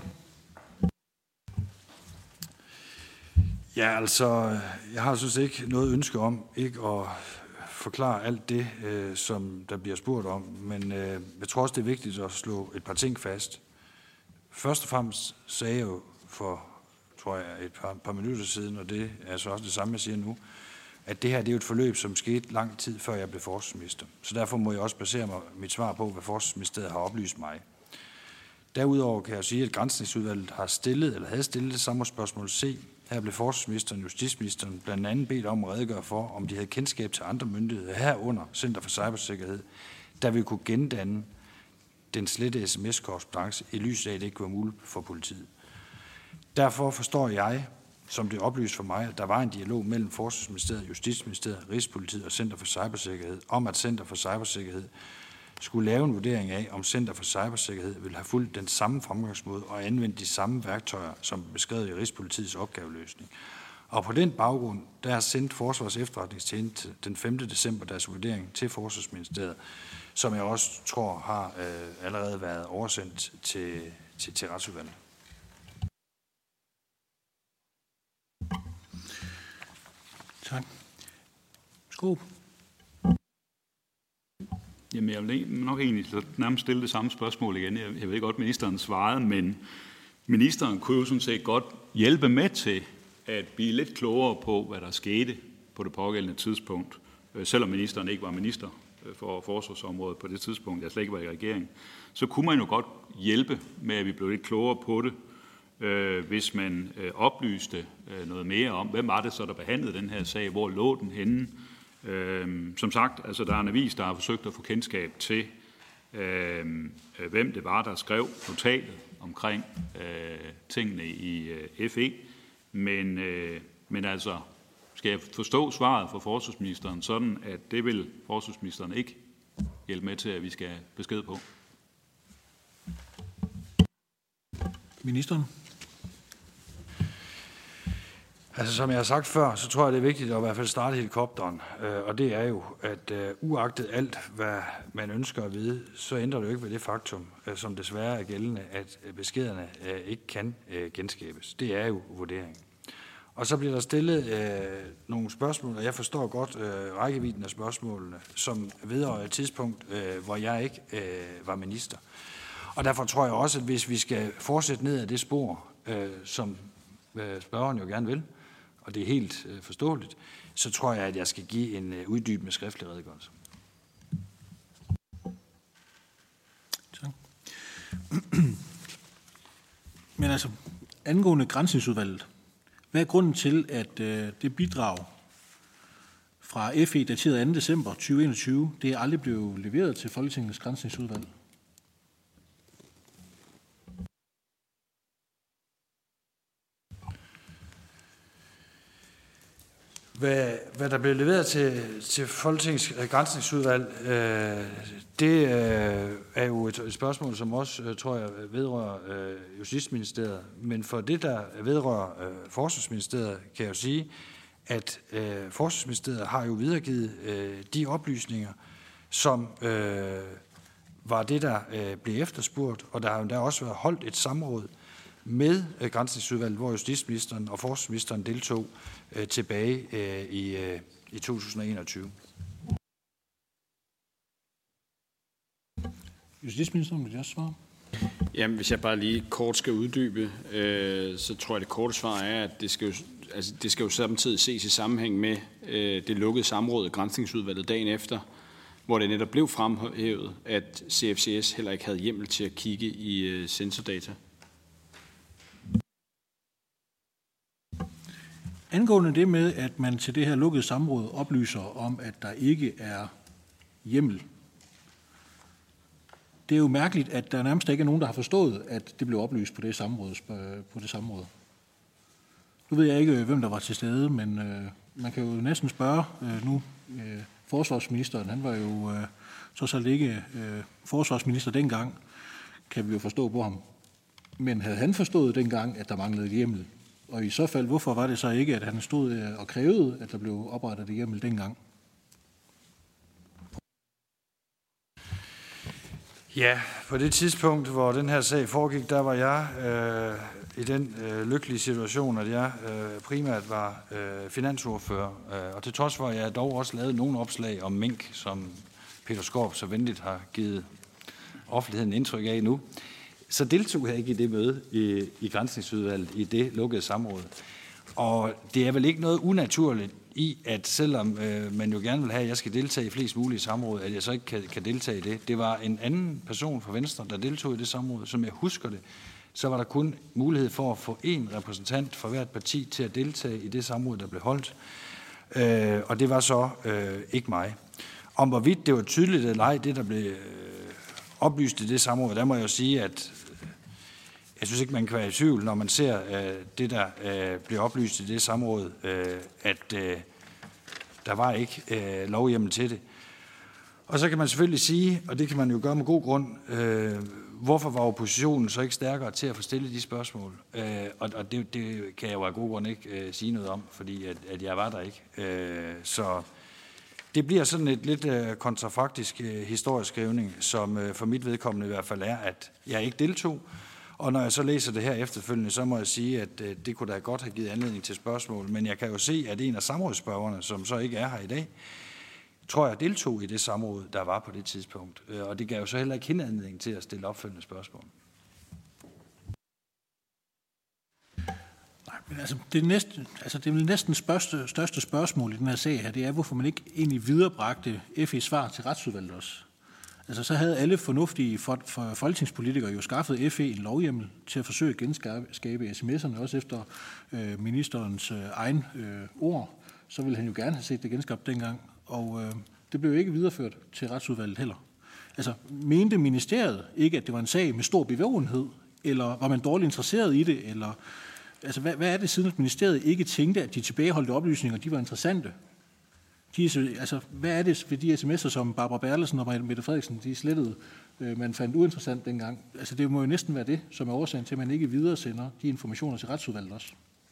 Ja, altså, jeg har synes ikke noget ønske om ikke at forklare alt det, som der bliver spurgt om, men jeg tror også, det er vigtigt at slå et par ting fast. Først og fremmest sagde jeg jo for, tror jeg, et par minutter siden, og det er så også det samme, jeg siger nu, at det her det er jo et forløb, som skete lang tid før jeg blev forsvarsminister. Så derfor må jeg også basere mit svar på, hvad Forsvarsministeriet har oplyst mig. Derudover kan jeg sige, at Granskningsudvalget havde stillet det samme spørgsmål C. Her blev forsvarsministeren og justitsministeren blandt andet bedt om at redegøre for, om de havde kendskab til andre myndigheder herunder Center for Cybersikkerhed, der ville kunne gendanne den slette sms-korrespondance i lyset af, at det ikke var muligt for politiet. Derfor forstår jeg, som det er oplyst for mig, at der var en dialog mellem Forsvarsministeriet, Justitsministeriet, Rigspolitiet og Center for Cybersikkerhed om, at Center for Cybersikkerhed skulle lave en vurdering af, om Center for Cybersikkerhed ville have fulgt den samme fremgangsmåde og anvendt de samme værktøjer, som beskrevet i Rigspolitiets opgaveløsning. Og på den baggrund, der har sendt Forsvars Efterretningstjeneste den 5. december deres vurdering til Forsvarsministeriet, som jeg også tror har allerede været oversendt til Retsudvalget. Tak. Skåb. Jamen, jeg vil nok egentlig nærmest stille det samme spørgsmål igen. Jeg ved godt, ministeren svarede, men ministeren kunne jo sådan set godt hjælpe med til at blive lidt klogere på, hvad der skete på det pågældende tidspunkt, selvom ministeren ikke var minister for forsvarsområdet på det tidspunkt, jeg slet ikke var i regering, så kunne man jo godt hjælpe med, at vi blev lidt klogere på det, hvis man oplyste noget mere om, hvem var det så, der behandlede den her sag, hvor lå den henne. Som sagt, altså der er en avis, der har forsøgt at få kendskab til, hvem det var, der skrev notatet omkring tingene i FE, men altså, skal jeg forstå svaret fra forsvarsministeren sådan, at det vil forsvarsministeren ikke hjælpe med til, at vi skal besked på? Ministeren? Altså som jeg har sagt før, så tror jeg, det er vigtigt at i hvert fald starte helikopteren. Og det er jo, at uagtet alt, hvad man ønsker at vide, så ændrer det jo ikke ved det faktum, som desværre er gældende, at beskederne ikke kan genskabes. Det er jo vurderingen. Og så bliver der stillet nogle spørgsmål, og jeg forstår godt rækkevidden af spørgsmålene, som vedrører et tidspunkt, hvor jeg ikke var minister. Og derfor tror jeg også, at hvis vi skal fortsætte ned ad det spor, som spørgeren jo gerne vil, og det er helt forståeligt, så tror jeg, at jeg skal give en uddybende skriftlig redegørelse. Tak. Men altså, angående Granskningsudvalget, hvad er grunden til, at det bidrag fra FE dateret 2. december 2021, det er aldrig blevet leveret til Folketingets Granskningsudvalg? Hvad der blev leveret til Folketingets Granskningsudvalg, det er jo et spørgsmål, som også, tror jeg, vedrører Justitsministeriet. Men for det, der vedrører Forsvarsministeriet, kan jeg jo sige, at Forsvarsministeriet har jo videregivet de oplysninger, som var det, der blev efterspurgt, og der har jo der også været holdt et samråd med Granskningsudvalget, hvor justitsministeren og forsvarsministeren deltog tilbage i 2021. Justitsministeren, vil jeg svare? Jamen, hvis jeg bare lige kort skal uddybe, så tror jeg, det korte svar er, at det skal jo samtidig ses i sammenhæng med det lukkede samråd i Granskningsudvalget dagen efter, hvor det netop blev fremhævet, at CFCS heller ikke havde hjemmel til at kigge i sensordata. Angående det med, at man til det her lukkede samråd oplyser om, at der ikke er hjemmel. Det er jo mærkeligt, at der nærmest ikke er nogen, der har forstået, at det blev oplyst på det samråd. Nu ved jeg ikke, hvem der var til stede, men man kan jo næsten spørge nu. Forsvarsministeren, han var jo trods alt ikke forsvarsminister dengang, kan vi jo forstå på ham. Men havde han forstået dengang, at der manglede hjemmel? Og i så fald, hvorfor var det så ikke, at han stod og krævede, at der blev oprettet det hjemmel dengang? Ja, på det tidspunkt, hvor den her sag foregik, der var jeg i den lykkelige situation, at jeg primært var finansordfører. Og til trods for, at jeg dog også lavede nogle opslag om mink, som Peter Skaarup så venligt har givet offentligheden indtryk af nu, så deltog jeg ikke i det møde i Granskningsudvalget i det lukkede samråd. Og det er vel ikke noget unaturligt i, at selvom man jo gerne vil have, at jeg skal deltage i flest mulige samråd, at jeg så ikke kan deltage i det. Det var en anden person fra Venstre, der deltog i det samråd. Som jeg husker det, så var der kun mulighed for at få én repræsentant fra hvert parti til at deltage i det samråd, der blev holdt. Og det var så ikke mig. Om hvorvidt det var tydeligt eller ej, det der blev oplyst i det samråd, der må jeg jo sige, at jeg synes ikke, man kan være i tvivl, når man ser det, der bliver oplyst i det samråd, at der var ikke lovhjemmel til det. Og så kan man selvfølgelig sige, og det kan man jo gøre med god grund, hvorfor var oppositionen så ikke stærkere til at få stillet de spørgsmål? Og det kan jeg jo af god grund ikke sige noget om, fordi at jeg var der ikke. Så det bliver sådan et lidt kontrafaktisk historieskrivning, som for mit vedkommende i hvert fald er, at jeg ikke deltog, Og når jeg så læser det her efterfølgende, så må jeg sige, at det kunne da godt have givet anledning til spørgsmål. Men jeg kan jo se, at en af samrådsspørgerne, som så ikke er her i dag, tror jeg deltog i det samråd, der var på det tidspunkt. Og det gav jo så heller ikke hende anledning til at stille opfølgende spørgsmål. Nej, men altså det er vel næsten største spørgsmål i den her sag her, det er, hvorfor man ikke egentlig viderebragte FE's svar til retsudvalget også. Altså så havde alle fornuftige folketingspolitikere jo skaffet FE en lovhjemmel til at forsøge at genskabe sms'erne, også efter ministerens egen ord. Så ville han jo gerne have set det genskabt dengang, og det blev jo ikke videreført til retsudvalget heller. Altså mente ministeriet ikke, at det var en sag med stor bevågenhed, eller var man dårligt interesseret i det, eller altså hvad er det siden, at ministeriet ikke tænkte, at de tilbageholdte oplysninger, de var interessante? Hvad er det ved de sms'er, som Barbara Bertelsen og Mette Frederiksen, de slettede, man fandt uinteressant dengang? Altså det må jo næsten være det, som er årsagen til, at man ikke videresender de informationer til retsudvalget også.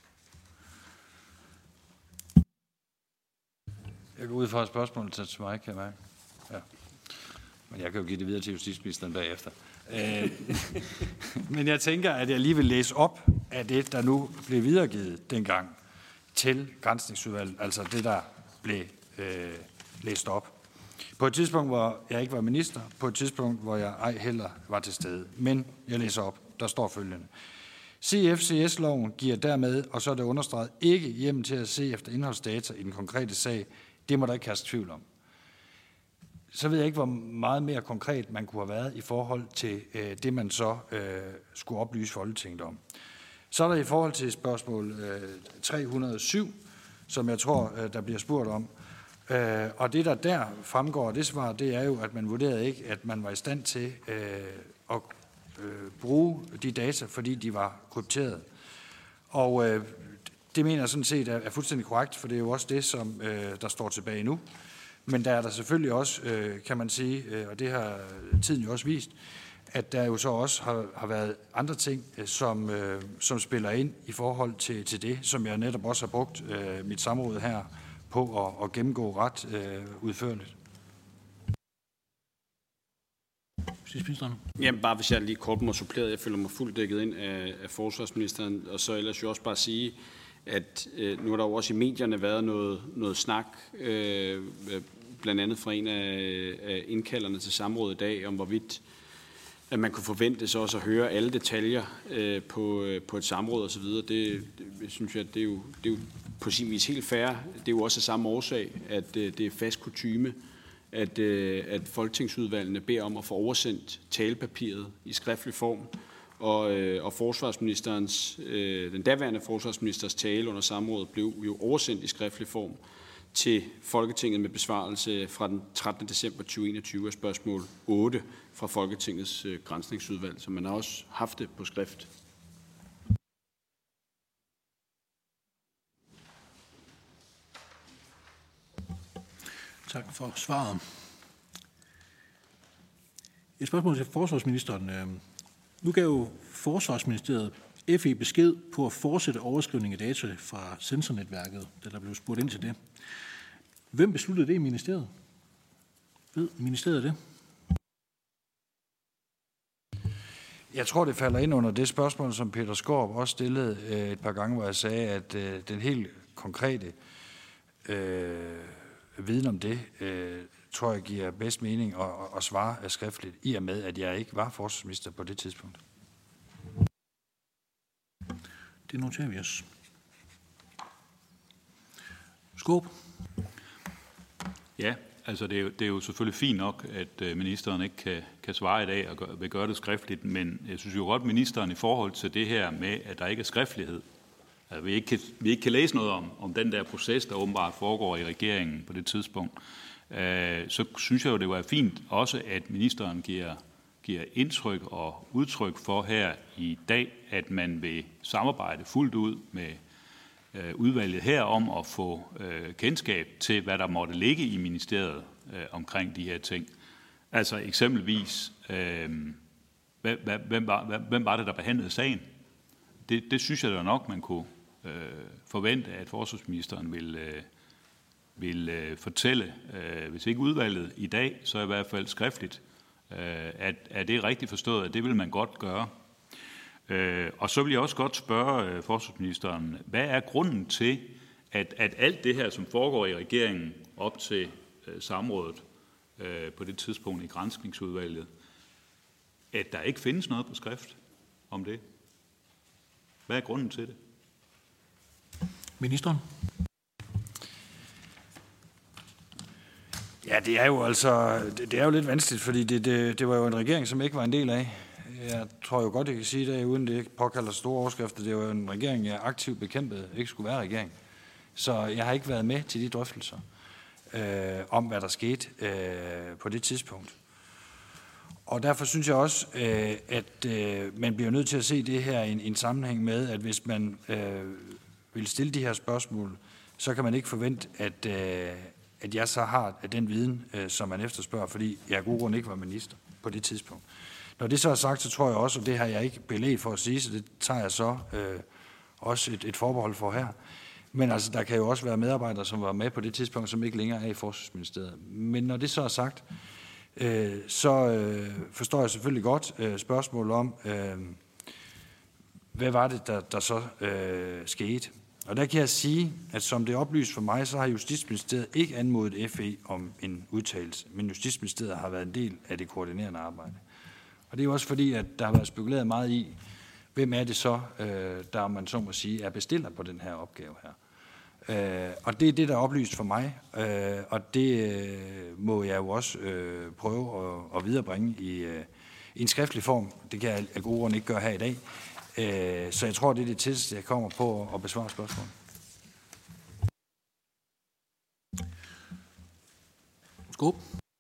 Jeg går ud fra et spørgsmål til mig, kan jeg mærke. Ja. Men jeg kan jo give det videre til justitsministeren bagefter. Men jeg tænker, at jeg lige vil læse op af det, der nu blev videregivet dengang til Granskningsudvalget, altså det, der blev læst op. På et tidspunkt, hvor jeg ikke var minister, på et tidspunkt, hvor jeg ej heller var til stede. Men jeg læser op. Der står følgende. CFCS-loven giver dermed, og så er det understreget, ikke hjemmel til at se efter indholdsdata i den konkrete sag. Det må der ikke kaste tvivl om. Så ved jeg ikke, hvor meget mere konkret man kunne have været i forhold til det, man så skulle oplyse Folketinget om. Så er der i forhold til spørgsmål 307, som jeg tror, der bliver spurgt om. Og det, der fremgår af det svar, det er jo, at man vurderede ikke, at man var i stand til at bruge de data, fordi de var krypteret. Og det mener jeg sådan set er fuldstændig korrekt, for det er jo også det, som der står tilbage nu. Men der er der selvfølgelig også, kan man sige, og det har tiden jo også vist, at der jo så også har været andre ting, som spiller ind i forhold til det, som jeg netop også har brugt mit samråd her på at gennemgå ret udførligt. Jamen bare hvis jeg lige kort må supplere, jeg føler mig fuldt dækket ind af forsvarsministeren, og så ellers jo også bare sige, at nu har der jo også i medierne været noget snak, blandt andet fra en af indkalderne til samrådet i dag, om hvorvidt at man kunne forvente sig også at høre alle detaljer på et samråd osv. Det synes jeg, det er jo på sin vis helt fair. Det er jo også af samme årsag, at det er fast kutyme, at folketingsudvalgene beder om at få oversendt talepapiret i skriftlig form, og forsvarsministerens, den daværende forsvarsministers tale under samrådet blev jo oversendt i skriftlig form til Folketinget med besvarelse fra den 13. december 2021 af spørgsmål 8 fra Folketingets granskningsudvalg, så man har også haft det på skrift. Tak for svaret. Et spørgsmål til forsvarsministeren. Nu gav jo Forsvarsministeriet FE besked på at fortsætte overskrivning af data fra sensornetværket, da der blev spurgt ind til det. Hvem besluttede det i ministeriet? Ved ministeriet det? Jeg tror, det falder ind under det spørgsmål, som Peter Skaarup også stillede et par gange, hvor jeg sagde, at den helt konkrete viden om det, tror jeg giver bedst mening at svare skriftligt, i og med, at jeg ikke var forsvarsminister på det tidspunkt. Det noterer vi os. Skaarup? Ja, altså det er jo selvfølgelig fint nok, at ministeren ikke kan svare i dag og vil gøre det skriftligt, men jeg synes jo godt, at ministeren i forhold til det her med, at der ikke er skriftlighed, at vi ikke kan læse noget om den der proces, der åbenbart foregår i regeringen på det tidspunkt, så synes jeg jo, det var fint også, at ministeren giver indtryk og udtryk for her i dag, at man vil samarbejde fuldt ud med udvalget her om at få kendskab til, hvad der måtte ligge i ministeriet omkring de her ting. Altså eksempelvis, hvem var det, der behandlede sagen? Det synes jeg da nok, man kunne forvente, at forsvarsministeren vil fortælle, hvis ikke udvalget i dag, så i hvert fald skriftligt, at det er rigtigt forstået, at det vil man godt gøre. Og så vil jeg også godt spørge forsvarsministeren, hvad er grunden til, at alt det her, som foregår i regeringen op til samrådet på det tidspunkt i granskningsudvalget, at der ikke findes noget på skrift om det? Hvad er grunden til det? Ministeren? Ja, det er jo altså, det er jo lidt vanskeligt, fordi det var jo en regering, som ikke var en del af. Jeg tror jo godt, jeg kan sige det, uden det påkalder store overskrifter. Det var jo en regering, jeg aktivt bekæmpede, ikke skulle være regering. Så jeg har ikke været med til de drøftelser om, hvad der skete på det tidspunkt. Og derfor synes jeg også, at man bliver nødt til at se det her i en sammenhæng med, at hvis man vil stille de her spørgsmål, så kan man ikke forvente, at jeg så har den viden, som man efterspørger, fordi jeg af god grund ikke var minister på det tidspunkt. Når det så er sagt, så tror jeg også, og det har jeg ikke belæg for at sige, så det tager jeg så også et forbehold for her. Men altså, der kan jo også være medarbejdere, som var med på det tidspunkt, som ikke længere er i Forsvarsministeriet. Men når det så er sagt, så forstår jeg selvfølgelig godt spørgsmålet om, hvad var det, der så skete. Og der kan jeg sige, at som det er oplyst for mig, så har Justitsministeriet ikke anmodet FE om en udtalelse, men Justitsministeriet har været en del af det koordinerende arbejde. Og det er jo også fordi, at der har været spekuleret meget i, hvem er det så, der man så må sige, er bestiller på den her opgave her. Og det er det, der er oplyst for mig, og det må jeg jo også prøve at viderebringe i en skriftlig form. Det kan jeg af gode grunde ikke gøre her i dag. Så jeg tror, det er det tætteste, jeg kommer på at besvare spørgsmålet. Skåb.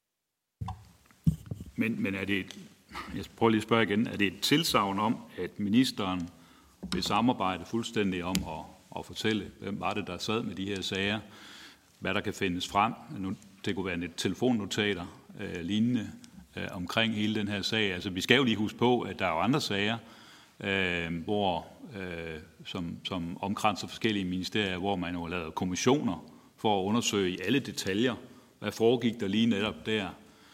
Men er det, jeg prøver lige at spørge igen, er det et tilsagn om, at ministeren vil samarbejde fuldstændig om at fortælle, hvem var det, der sad med de her sager, hvad der kan findes frem? Det kunne være telefonnotater lignende omkring hele den her sag. Altså, vi skal jo lige huske på, at der er jo andre sager, som omkranser forskellige ministerier, hvor man jo har lavet kommissioner for at undersøge i alle detaljer, hvad foregik der lige netop der.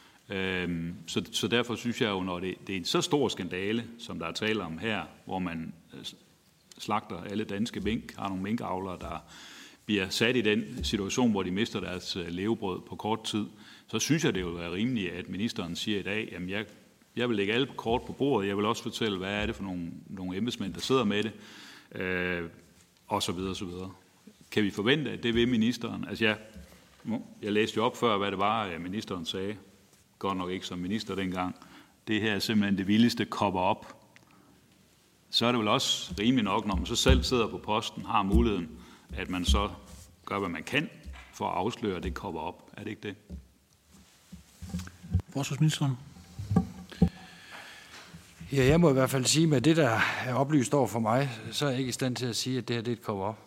Så derfor synes jeg jo, når det er en så stor skandale, som der er tale om her, hvor man slagter alle danske mink, har nogle minkavlere, der bliver sat i den situation, hvor de mister deres levebrød på kort tid, så synes jeg, det vil være rimeligt, at ministeren siger i dag, jamen jeg vil lægge alle kort på bordet, jeg vil også fortælle, hvad er det for nogle embedsmænd, der sidder med det, og så videre, og så videre. Kan vi forvente, at det vil ministeren? Altså jeg læste jo op før, hvad det var, ministeren sagde. Godt nok ikke som minister dengang. Det her er simpelthen det vildeste kopper op. Så er det vel også rimeligt nok, når man så selv sidder på posten, har muligheden, at man så gør, hvad man kan for at afsløre det kopper op. Er det ikke det? Forsvarsministeren. Ja, jeg må i hvert fald sige, med det, der er oplyst over for mig, så er jeg ikke i stand til at sige, at det her det er et kopper op.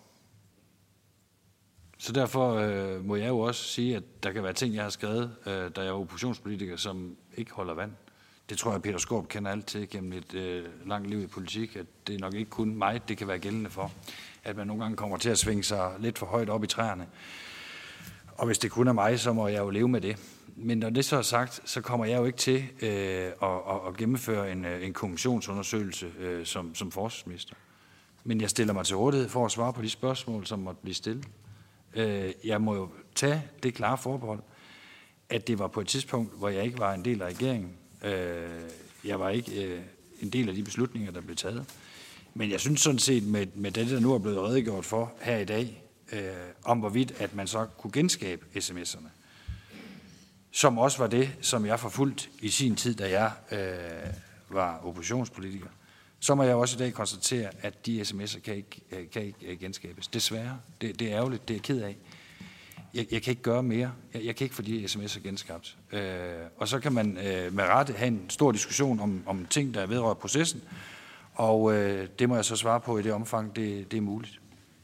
Så derfor må jeg jo også sige, at der kan være ting, jeg har skrevet, da jeg er oppositionspolitiker, som ikke holder vand. Det tror jeg, Peter Skaarup kender alt til gennem et langt liv i politik, at det er nok ikke kun mig, det kan være gældende for, at man nogle gange kommer til at svinge sig lidt for højt op i træerne. Og hvis det kun er mig, så må jeg jo leve med det. Men når det så er sagt, så kommer jeg jo ikke til at gennemføre en kommissionsundersøgelse som forsvarsminister. Men jeg stiller mig til rådighed for at svare på de spørgsmål, som måtte blive stillet. Jeg må jo tage det klare forbehold, at det var på et tidspunkt, hvor jeg ikke var en del af regeringen. Jeg var ikke en del af de beslutninger, der blev taget. Men jeg synes sådan set, med det, der nu er blevet redegjort for her i dag, om hvorvidt, at man så kunne genskabe sms'erne, som også var det, som jeg forfulgte i sin tid, da jeg var oppositionspolitiker, så må jeg også i dag konstatere, at de sms'er kan ikke genskabes. Desværre. Det er ærgerligt, det er jeg ked af. Jeg kan ikke gøre mere. Jeg kan ikke få de sms'er genskabt. Og så kan man med rette have en stor diskussion om ting, der vedrører processen, og det må jeg så svare på i det omfang, det er muligt.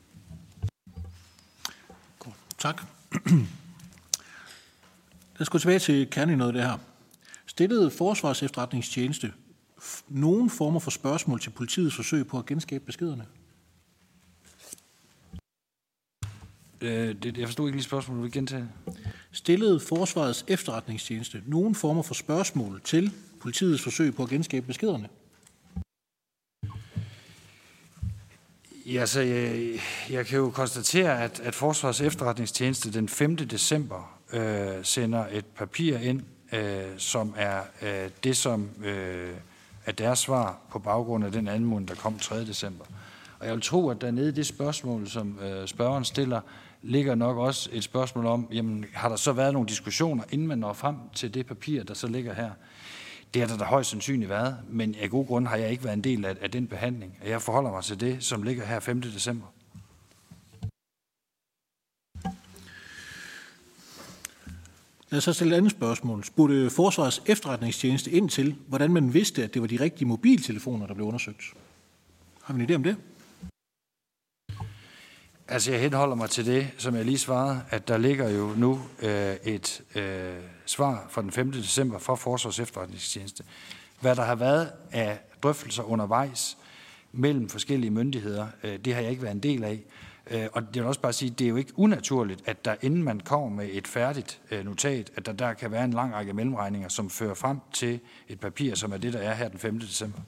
Godt. Tak. Lad os gå tilbage til kernen i noget af det her. Stillede Forsvarets Efterretningstjeneste nogen former for spørgsmål til politiets forsøg på at genskabe beskederne? Jeg forstod ikke lige spørgsmålet, vil du gentage? Stillede Forsvarets Efterretningstjeneste nogen former for spørgsmål til politiets forsøg på at genskabe beskederne? Ja, så jeg kan jo konstatere, at Forsvarets Efterretningstjeneste den 5. december sender et papir ind, som er det, som er deres svar på baggrund af den anmodning, der kom 3. december. Og jeg vil tro, at dernede i det spørgsmål, som spørgeren stiller, ligger nok også et spørgsmål om, jamen, har der så været nogle diskussioner, inden man når frem til det papir, der så ligger her? Det har der højst sandsynligt været, men af god grund har jeg ikke været en del af den behandling. Jeg forholder mig til det, som ligger her 5. december. Lad os så stille et andet spørgsmål. Spurgte Forsvarets Efterretningstjeneste ind til, hvordan man vidste, at det var de rigtige mobiltelefoner, der blev undersøgt? Har vi en idé om det? Altså, jeg henholder mig til det, som jeg lige svarede, at der ligger jo nu et svar fra den 5. december fra Forsvarets Efterretningstjeneste. Hvad der har været af drøftelser undervejs mellem forskellige myndigheder, det har jeg ikke været en del af. Og jeg vil også bare sige, at det er jo ikke unaturligt, at der inden man kommer med et færdigt notat, at der kan være en lang række mellemregninger, som fører frem til et papir, som er det, der er her den 5. december.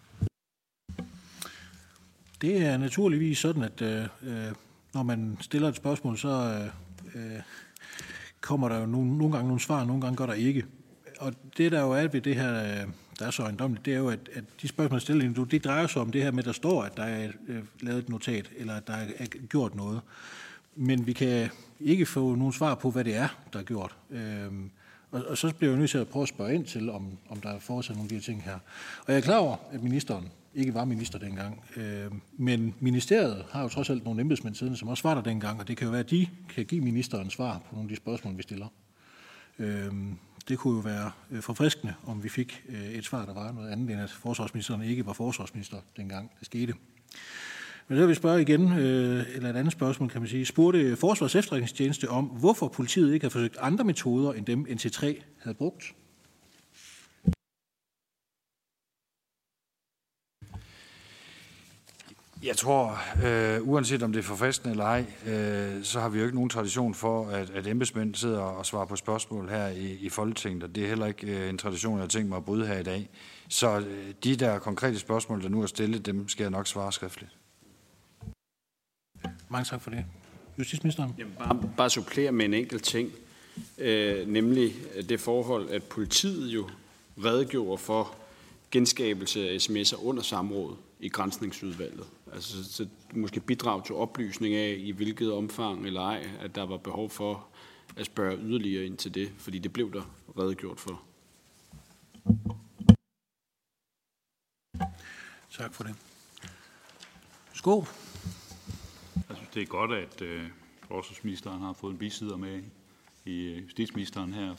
Det er naturligvis sådan, at når man stiller et spørgsmål, så kommer der jo nogle gange nogle svar, nogle gange gør der ikke. Og det, der jo er ved det her, der er så ejendommeligt, det er jo, at de spørgsmål, der stiller nu, det drejer sig om det her med, der står, at der er lavet et notat, eller at der er gjort noget. Men vi kan ikke få nogen svar på, hvad det er, der er gjort. Og så bliver jeg nødt til at prøve at spørge ind til, om der er fortsat nogle af de her ting her. Og jeg er klar over, at ministeren ikke var minister dengang. Men ministeriet har jo trods alt nogle embedsmænd siddende, som også var der dengang, og det kan jo være, at de kan give ministeren svar på nogle af de spørgsmål, vi stiller. Det kunne jo være forfriskende, om vi fik et svar, der var noget andet, end at forsvarsministeren ikke var forsvarsminister dengang det skete. Men så vil vi spørge igen, eller et andet spørgsmål kan man sige. Spurgte Forsvarets Efterretningstjeneste om, hvorfor politiet ikke har forsøgt andre metoder, end dem NC3 havde brugt? Jeg tror, uanset om det er forfriskende eller ej, så har vi jo ikke nogen tradition for, at embedsmænd sidder og svarer på spørgsmål her i Folketinget, og det er heller ikke en tradition, jeg har tænkt mig at bryde her i dag. Så de der konkrete spørgsmål, der nu er stillet, dem skal jeg nok svare skriftligt. Mange tak for det. Justitsministeren? Jamen, bare supplere med en enkelt ting, nemlig det forhold, at politiet jo redegjorde for genskabelse af sms'er under samråd i granskningsudvalget. Altså så måske bidrag til oplysning af, i hvilket omfang eller ej, at der var behov for at spørge yderligere ind til det, fordi det blev der redegjort for. Tak for det. Skål. Jeg synes, det er godt, at forsvarsministeren har fået en bisider med i justitsministeren her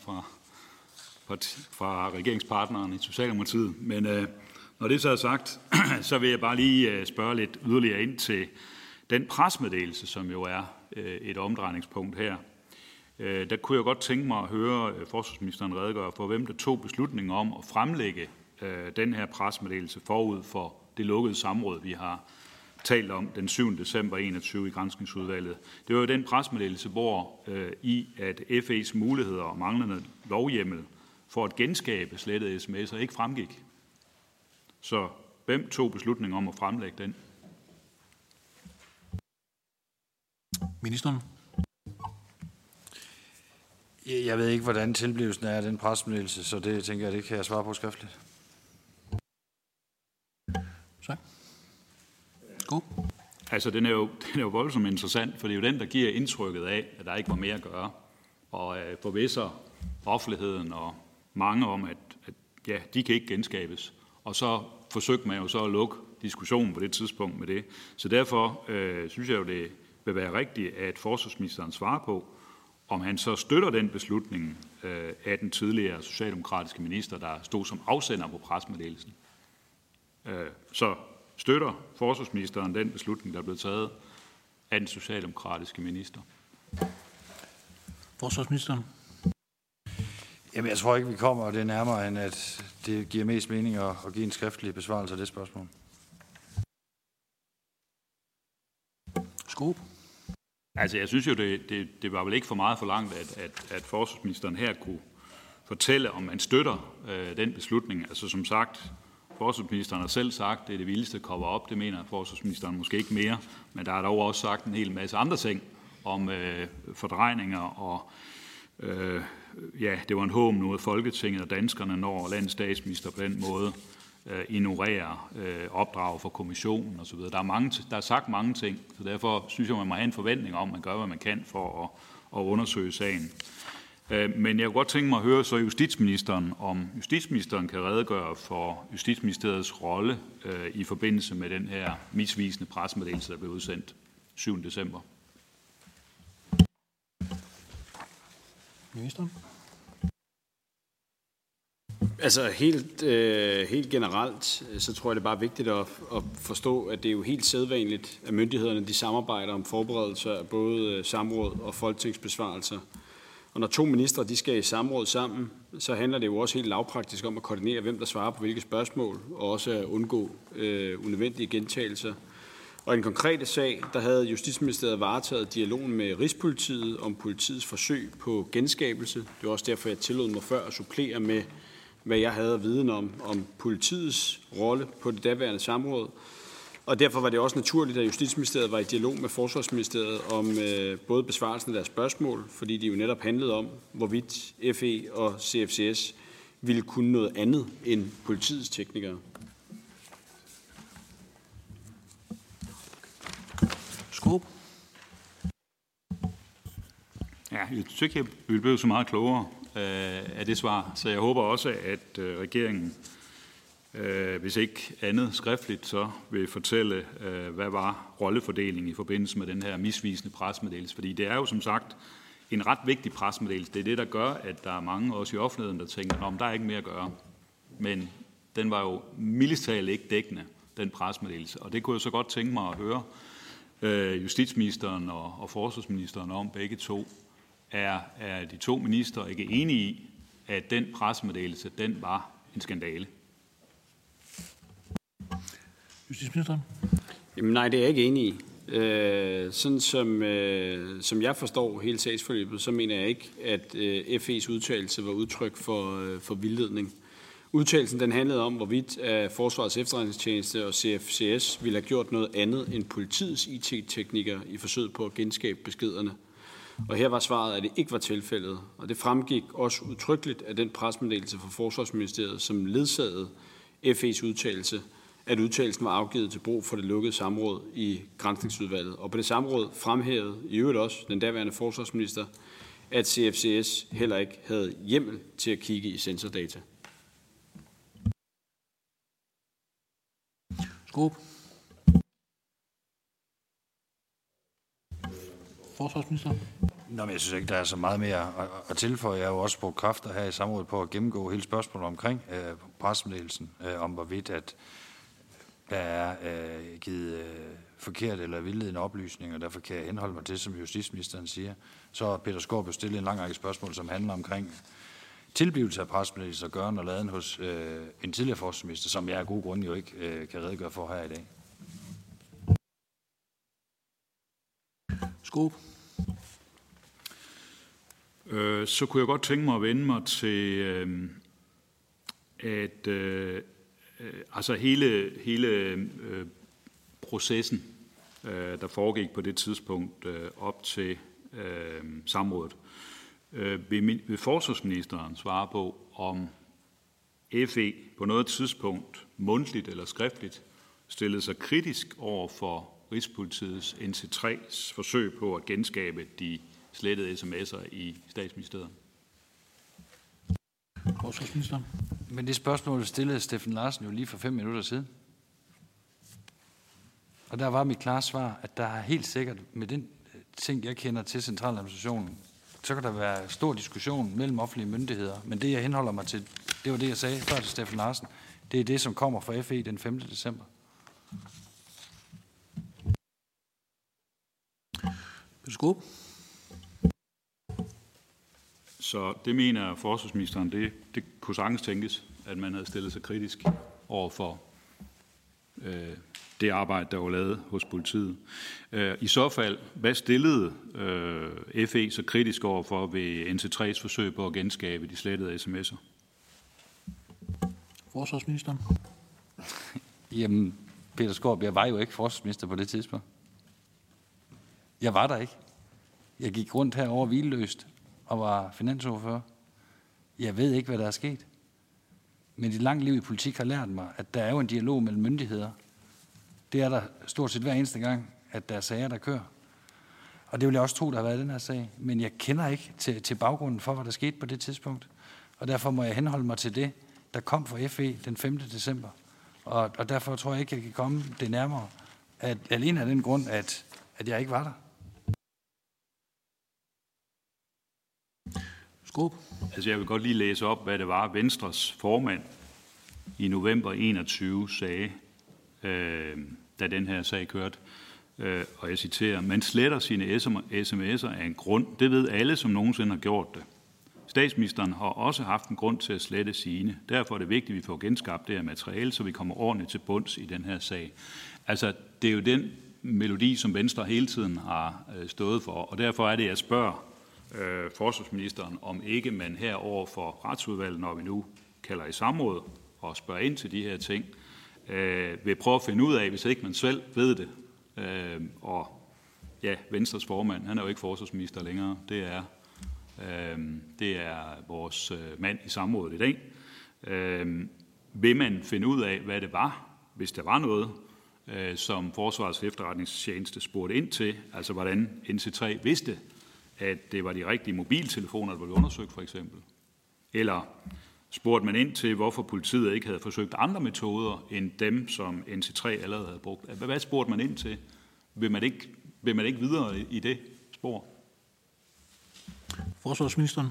fra regeringspartneren i Socialdemokratiet. Men når det så er sagt, så vil jeg bare lige spørge lidt yderligere ind til den presmeddelelse, som jo er et omdrejningspunkt her. Der kunne jeg godt tænke mig at høre forsvarsministeren redegøre for, hvem der tog beslutningen om at fremlægge den her presmeddelelse forud for det lukkede samråd, vi har talt om den 7. december 21 i Granskningsudvalget. Det var jo den presmeddelelse, hvor i at FE's muligheder og manglende lovhjemmel for at genskabe slettede sms'er ikke fremgik. Så hvem tog beslutningen om at fremlægge den? Ministeren? Jeg ved ikke, hvordan tilblivelsen er af den pressemeddelelse, så det tænker jeg, det kan jeg svare på skriftligt. Så. God. Altså, den er jo voldsomt interessant, for det er jo den, der giver indtrykket af, at der ikke var mere at gøre. Og forvisser offentligheden og mange om, at ja, de kan ikke genskabes. Og så forsøgte man jo så at lukke diskussionen på det tidspunkt med det. Så derfor synes jeg jo, det vil være rigtigt, at forsvarsministeren svarer på, om han så støtter den beslutning af den tidligere socialdemokratiske minister, der stod som afsender på pressemeddelelsen. Så støtter forsvarsministeren den beslutning, der blev taget af den socialdemokratiske minister? Forsvarsministeren? Jamen, jeg tror ikke, vi kommer det nærmere, end at det giver mest mening at give en skriftlig besvarelse af det spørgsmål. Skål. Altså, jeg synes jo, det var vel ikke for meget forlangt, at forsvarsministeren her kunne fortælle, om man støtter den beslutning. Altså, som sagt, Forsvarsministeren har selv sagt, det er det vildeste cover op. Det mener forsvarsministeren måske ikke mere. Men der er dog også sagt en hel masse andre ting om fordrejninger. Og det var en hån mod Folketinget og danskerne, når landets statsminister på den måde ignorerer opdrag for kommissionen osv. Der er sagt mange ting, så derfor synes jeg, man må have en forventning om, at man gør, hvad man kan for at undersøge sagen. Men jeg kunne godt tænke mig at høre så justitsministeren, om justitsministeren kan redegøre for Justitsministeriets rolle i forbindelse med den her misvisende pressemeddelelse, der blev udsendt 7. december. Ministeren? Altså helt generelt, så tror jeg, det er bare vigtigt at forstå, at det er jo helt sædvanligt, at myndighederne de samarbejder om forberedelser af både samråd og folketingsbesvarelser. Og når 2 ministre de skal i samråd sammen, så handler det jo også helt lavpraktisk om at koordinere, hvem der svarer på hvilke spørgsmål, og også at undgå unødvendige gentagelser. Og i den konkrete sag, der havde Justitsministeriet varetaget dialogen med Rigspolitiet om politiets forsøg på genskabelse. Det var også derfor, jeg tillod mig før at supplere med, hvad jeg havde at viden om politiets rolle på det daværende samråd. Og derfor var det også naturligt, at Justitsministeriet var i dialog med Forsvarsministeriet om både besvarelsen af deres spørgsmål, fordi de jo netop handlede om, hvorvidt FE og CFCS ville kunne noget andet end politiets teknikere. Skåb. Ja, jeg synes ikke, jeg vil blive så meget klogere af det svar, så jeg håber også, at regeringen, hvis ikke andet skriftligt, så vil fortælle, hvad var rollefordelingen i forbindelse med den her misvisende pressemeddelelse. Fordi det er jo som sagt en ret vigtig pressemeddelelse. Det er det, der gør, at der er mange også i offentligheden, der tænker, at der er ikke mere at gøre. Men den var jo mildest talt ikke dækkende, den pressemeddelelse. Og det kunne jeg så godt tænke mig at høre justitsministeren og forsvarsministeren om begge to. Er de 2 ministre ikke enige i, at den pressemeddelelse, den var en skandale? Justitsministeren? Jamen nej, det er jeg ikke enig i. Sådan som jeg forstår hele sagsforløbet, så mener jeg ikke, at FE's udtalelse var udtryk for vildledning. Udtalelsen den handlede om, hvorvidt Forsvarets Efterretningstjeneste og CFCS ville have gjort noget andet end politiets IT-teknikere i forsøget på at genskabe beskederne. Og her var svaret, at det ikke var tilfældet. Og det fremgik også udtrykkeligt af den pressemeddelelse fra Forsvarsministeriet, som ledsagede FE's udtalelse, at udtalelsen var afgivet til brug for det lukkede samråd i Granskningsudvalget. Og på det samråd fremhævede i øvrigt også den daværende forsvarsminister, at CFCS heller ikke havde hjemmel til at kigge i sensordata. Skåb. Forsvarsministeren? Nå, men jeg synes ikke, der er så meget mere at tilføje. Jeg har jo også brugt kræfter her i samrådet på at gennemgå hele spørgsmålet omkring pressemeddelelsen, om hvorvidt at der er givet forkert eller vildledende oplysninger, og derfor kan jeg henholde mig til, som justitsministeren siger. Så har Peter Skaarup stillet en lang række spørgsmål, som handler omkring tilblivelse af pressemeddelelser og gøren og laden hos en tidligere forsvarsminister, som jeg af gode grunde jo ikke kan redegøre for her i dag. Skåb. Så kunne jeg godt tænke mig at vende mig til, at altså hele processen, der foregik på det tidspunkt op til samrådet. Vil forsvarsministeren svare på, om FE på noget tidspunkt, mundtligt eller skriftligt, stillede sig kritisk over for Rigspolitiets NC3's forsøg på at genskabe de slettede sms'er i Statsministeriet? Forsvarsministeren? Men det spørgsmål stillede Steffen Larsen jo lige for 5 minutter siden. Og der var mit klare svar, at der er helt sikkert med den ting, jeg kender til centraladministrationen, så kan der være stor diskussion mellem offentlige myndigheder. Men det, jeg henholder mig til, det var det, jeg sagde før til Steffen Larsen. Det er det, som kommer fra FE den 5. december. Skåb. Så det mener forsvarsministeren, det kunne sagtens tænkes, at man havde stillet sig kritisk over for det arbejde, der var lavet hos politiet. I så fald, hvad stillede FE så kritisk over for ved NC3's forsøg på at genskabe de slettede sms'er? Forsvarsministeren? Jamen, Peter Skaarup, jeg var jo ikke forsvarsminister på det tidspunkt. Jeg var der ikke. Jeg gik rundt herovre hvileløst og var finansordfører. Jeg ved ikke, hvad der er sket. Men et langt liv i politik har lært mig, at der er jo en dialog mellem myndigheder. Det er der stort set hver eneste gang, at der er sager, der kører. Og det vil jeg også tro, der har været i den her sag. Men jeg kender ikke til baggrunden for, hvad der skete på det tidspunkt. Og derfor må jeg henholde mig til det, der kom fra FE den 5. december. Og derfor tror jeg ikke, jeg kan komme det nærmere. Alene af den grund, at jeg ikke var der. Skaarup. Altså, jeg vil godt lige læse op, hvad det var, Venstres formand i november 21 sagde, da den her sag kørte. Og jeg citerer: man sletter sine sms'er af en grund. Det ved alle, som nogensinde har gjort det. Statsministeren har også haft en grund til at slette sine. Derfor er det vigtigt, at vi får genskabt det her materiale, så vi kommer ordentligt til bunds i den her sag. Altså, det er jo den melodi, som Venstre hele tiden har stået for, og derfor er det, jeg spørger forsvarsministeren, om ikke man her over for retsudvalget, når vi nu kalder i samråd og spørger ind til de her ting, vil prøve at finde ud af, hvis ikke man selv ved det. Og ja, Venstres formand, han er jo ikke forsvarsminister længere, det er vores mand i samrådet i dag. Vil man finde ud af, hvad det var, hvis der var noget, som Forsvarets Efterretningstjeneste spurgte ind til, altså hvordan NC3 vidste, at det var de rigtige mobiltelefoner, der blev undersøgt for eksempel? Eller spurgte man ind til, hvorfor politiet ikke havde forsøgt andre metoder end dem, som NC3 allerede havde brugt? Hvad spurgte man ind til? Vil man ikke videre i det spor? Forsvarsministeren.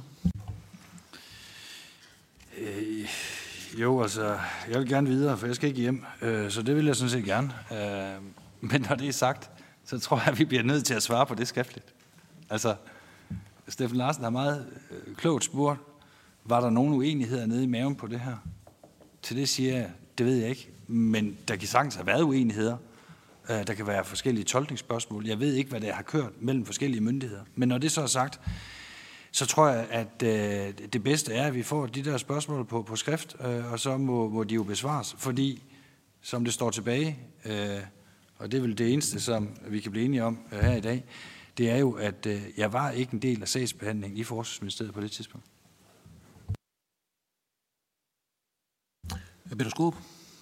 Jo, altså, jeg vil gerne videre, for jeg skal ikke hjem, så det vil jeg sådan set gerne. Men når det er sagt, så tror jeg, at vi bliver nødt til at svare på det skriftligt. Altså, Steffen Larsen har meget klogt spurgt, var der nogen uenigheder nede i maven på det her? Til det siger jeg, det ved jeg ikke, men der kan sagtens have været uenigheder. Der kan være forskellige tolkningsspørgsmål. Jeg ved ikke, hvad der har kørt mellem forskellige myndigheder. Men når det så er sagt, så tror jeg, at det bedste er, at vi får de der spørgsmål på skrift, og så må de jo besvares. Fordi, som det står tilbage, og det er vel det eneste, som vi kan blive enige om her i dag, det er jo, at jeg var ikke en del af sagsbehandlingen i Forsvarsministeriet på det tidspunkt. Peter Skaarup.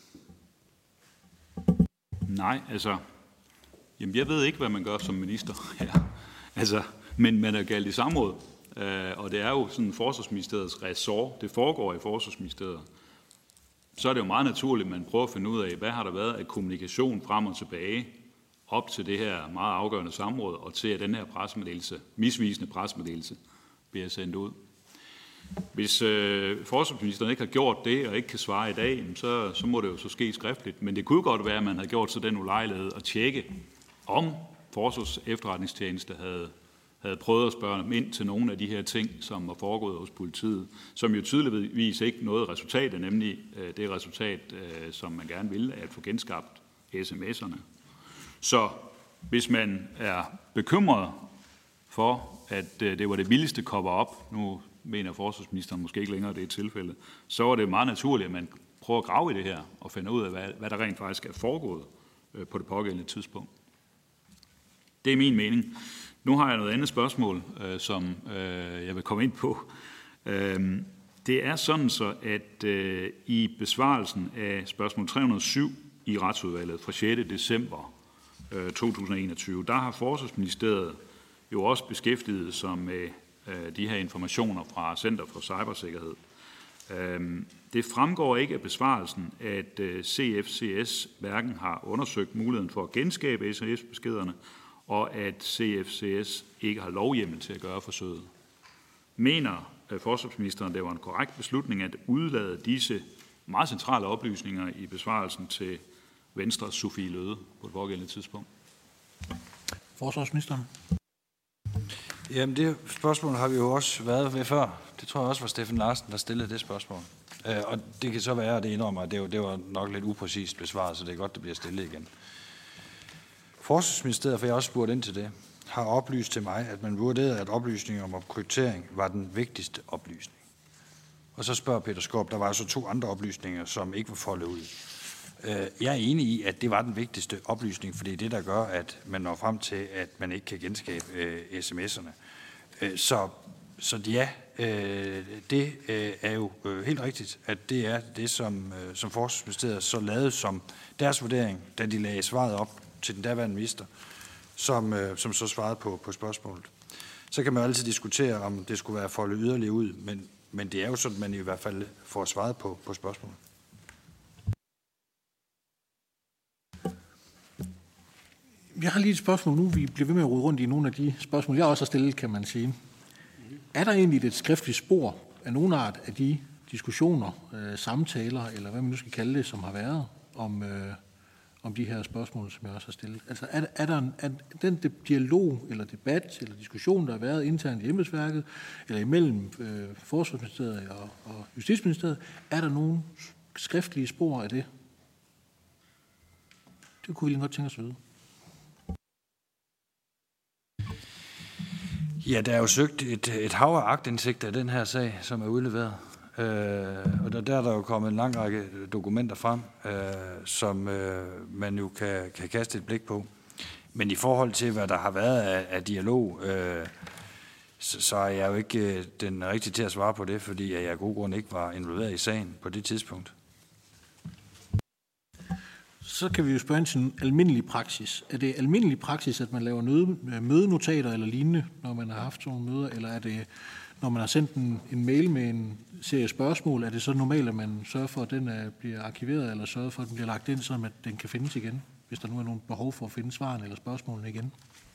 Nej, altså, jamen jeg ved ikke, hvad man gør som minister her. Altså, men man er galt i samråd, og det er jo sådan Forsvarsministeriets ressort. Det foregår i Forsvarsministeriet. Så er det jo meget naturligt, at man prøver at finde ud af, hvad har der været af kommunikation frem og tilbage op til det her meget afgørende samråd, og til at den her pressemeddelelse, misvisende pressemeddelelse, bliver sendt ud. Hvis forsvarsministeren ikke har gjort det, og ikke kan svare i dag, så må det jo så ske skriftligt. Men det kunne godt være, at man havde gjort sig den ulejlighed at tjekke, om Forsvars Efterretningstjeneste havde prøvet at spørge dem ind til nogle af de her ting, som var foregået hos politiet, som jo tydeligvis ikke nåede resultatet, nemlig det resultat, som man gerne ville, at få genskabt sms'erne. Så hvis man er bekymret for, at det var det vildeste cover-up, nu mener forsvarsministeren måske ikke længere, det er tilfældet, så er det meget naturligt, at man prøver at grave i det her og finde ud af, hvad der rent faktisk er foregået på det pågældende tidspunkt. Det er min mening. Nu har jeg noget andet spørgsmål, som jeg vil komme ind på. Det er sådan så, at i besvarelsen af spørgsmål 307 i Retsudvalget fra 6. december 2021, der har Forsvarsministeriet jo også beskæftiget sig med de her informationer fra Center for Cybersikkerhed. Det fremgår ikke af besvarelsen, at CFCS hverken har undersøgt muligheden for at genskabe SMS-beskederne, og at CFCS ikke har lovhjemmel til at gøre forsøget. Mener forsvarsministeren, det var en korrekt beslutning at udlade disse meget centrale oplysninger i besvarelsen til Venstres Sofie Løhde på et pågældende tidspunkt? Forsvarsministeren. Jamen, det spørgsmål har vi jo også været ved før. Det tror jeg også var Steffen Larsen, der stillede det spørgsmål. Og det kan så være, at det indrømmer, at det var nok lidt upræcist besvaret, så det er godt, det bliver stillet igen. Forsvarsministeriet, for jeg også spurgt ind til det, har oplyst til mig, at man vurderede, at oplysninger om kryptering var den vigtigste oplysning. Og så spørger Peter Skaarup, der var altså 2 andre oplysninger, som ikke var foldet ud. Jeg er enig i, at det var den vigtigste oplysning, for det er det, der gør, at man når frem til, at man ikke kan genskabe sms'erne. Så ja, det er jo helt rigtigt, at det er det, som Forsvarsministeriet så lavede som deres vurdering, da de lagde svaret op til den daværende minister, som så svarede på spørgsmålet. Så kan man altid diskutere, om det skulle være foldet yderligere ud, men det er jo sådan, at man i hvert fald får svaret på spørgsmålet. Jeg har lige et spørgsmål nu. Vi bliver ved med at rode rundt i nogle af de spørgsmål, jeg også har stillet, kan man sige. Er der egentlig et skriftligt spor af nogen art af de diskussioner, samtaler, eller hvad man nu skal kalde det, som har været om de her spørgsmål, som jeg også har stillet? Altså er der den dialog, eller debat, eller diskussion, der har været internt i embedsværket, eller imellem Forsvarsministeriet og Justitsministeriet, er der nogen skriftlige spor af det? Det kunne vi lige godt tænke os at vide. Ja, der er jo søgt et hav af aktindsigt af den her sag, som er udleveret. Og der er der jo kommet en lang række dokumenter frem, som man jo kan kaste et blik på. Men i forhold til, hvad der har været af dialog, så er jeg jo ikke den rigtige til at svare på det, fordi jeg af god grund ikke var involveret i sagen på det tidspunkt. Så kan vi jo spørge ind til en almindelig praksis. Er det almindelig praksis, at man laver mødenotater eller lignende, når man har haft sådan nogle møder, eller er det, når man har sendt en mail med en serie spørgsmål, er det så normalt, at man sørger for, at den bliver arkiveret, eller sørger for, at den bliver lagt ind, så at den kan findes igen, hvis der nu er nogen behov for at finde svarene eller spørgsmålene igen?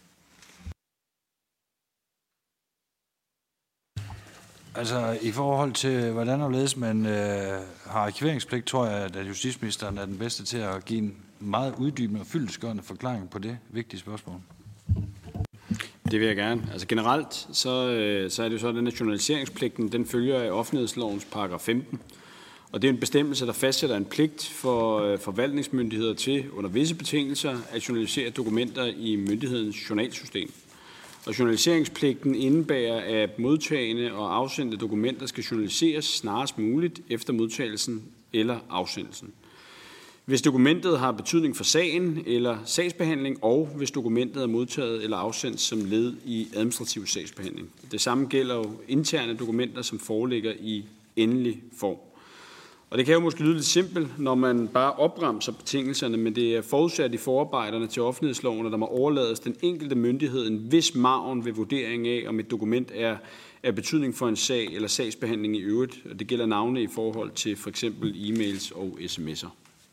Altså i forhold til, hvordan og hvorledes man har arkiveringspligt, tror jeg, at justitsministeren er den bedste til at give en meget uddybende og fyldestgørende forklaring på det vigtige spørgsmål. Det vil jeg gerne. Altså generelt, så er det jo sådan, at journaliseringspligten, den følger af offentlighedslovens paragraf 15. Og det er en bestemmelse, der fastsætter en pligt for forvaltningsmyndigheder til, under visse betingelser, at journalisere dokumenter i myndighedens journalsystem. Og journaliseringspligten indebærer, at modtagende og afsendte dokumenter skal journaliseres snarest muligt efter modtagelsen eller afsendelsen. Hvis dokumentet har betydning for sagen eller sagsbehandling, og hvis dokumentet er modtaget eller afsendt som led i administrativ sagsbehandling. Det samme gælder jo interne dokumenter, som foreligger i endelig form. Og det kan jo måske lyde lidt simpelt, når man bare opremser betingelserne, men det er forudsat i forarbejderne til offentlighedsloven, at der må overlades den enkelte myndighed en vis margen ved vurdering af, om et dokument er af betydning for en sag eller sagsbehandling i øvrigt. Og det gælder navne i forhold til for eksempel e-mails og sms'er.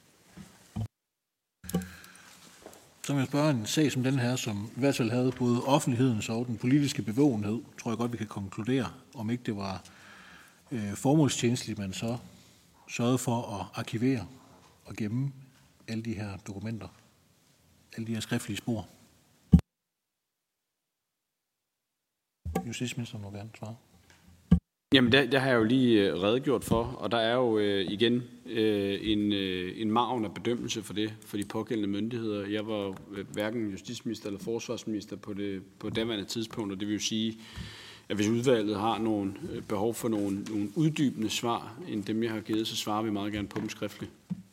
Så vil jeg spørge en sag som den her, som i hvert fald havde både offentlighedens og den politiske bevågenhed, tror jeg godt, vi kan konkludere, om ikke det var formålstjenestligt, man så sørgede for at arkivere og gemme alle de her dokumenter, alle de her skriftlige spor. Justitsministeren må gerne svare. Jamen, det har jeg jo lige redegjort for, og der er jo igen en margen af bedømmelse for det, for de pågældende myndigheder. Jeg var hverken justitsminister eller forsvarsminister på daværende tidspunkt, og det vil jo sige, at hvis udvalget har nogle behov for nogle uddybende svar, end dem jeg har givet, så svarer vi meget gerne på dem skriftligt.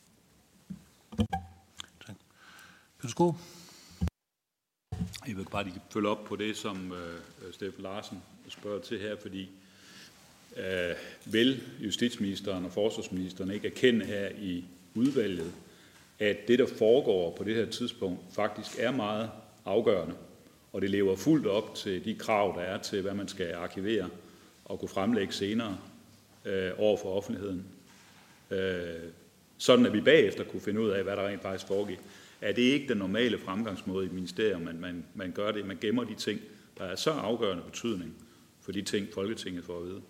Tak. Peter Skaarup. Jeg vil bare lige følge op på det, som Steffen Larsen spørger til her, fordi vil justitsministeren og forsvarsministeren ikke erkende her i udvalget, at det, der foregår på det her tidspunkt, faktisk er meget afgørende, og det lever fuldt op til de krav, der er til, hvad man skal arkivere og kunne fremlægge senere over for offentligheden. Sådan at vi bagefter kunne finde ud af, hvad der rent faktisk foregik. Er det ikke den normale fremgangsmåde i et ministerium, man gør det? Man gemmer de ting, der er så afgørende betydning for de ting, Folketinget får at vide.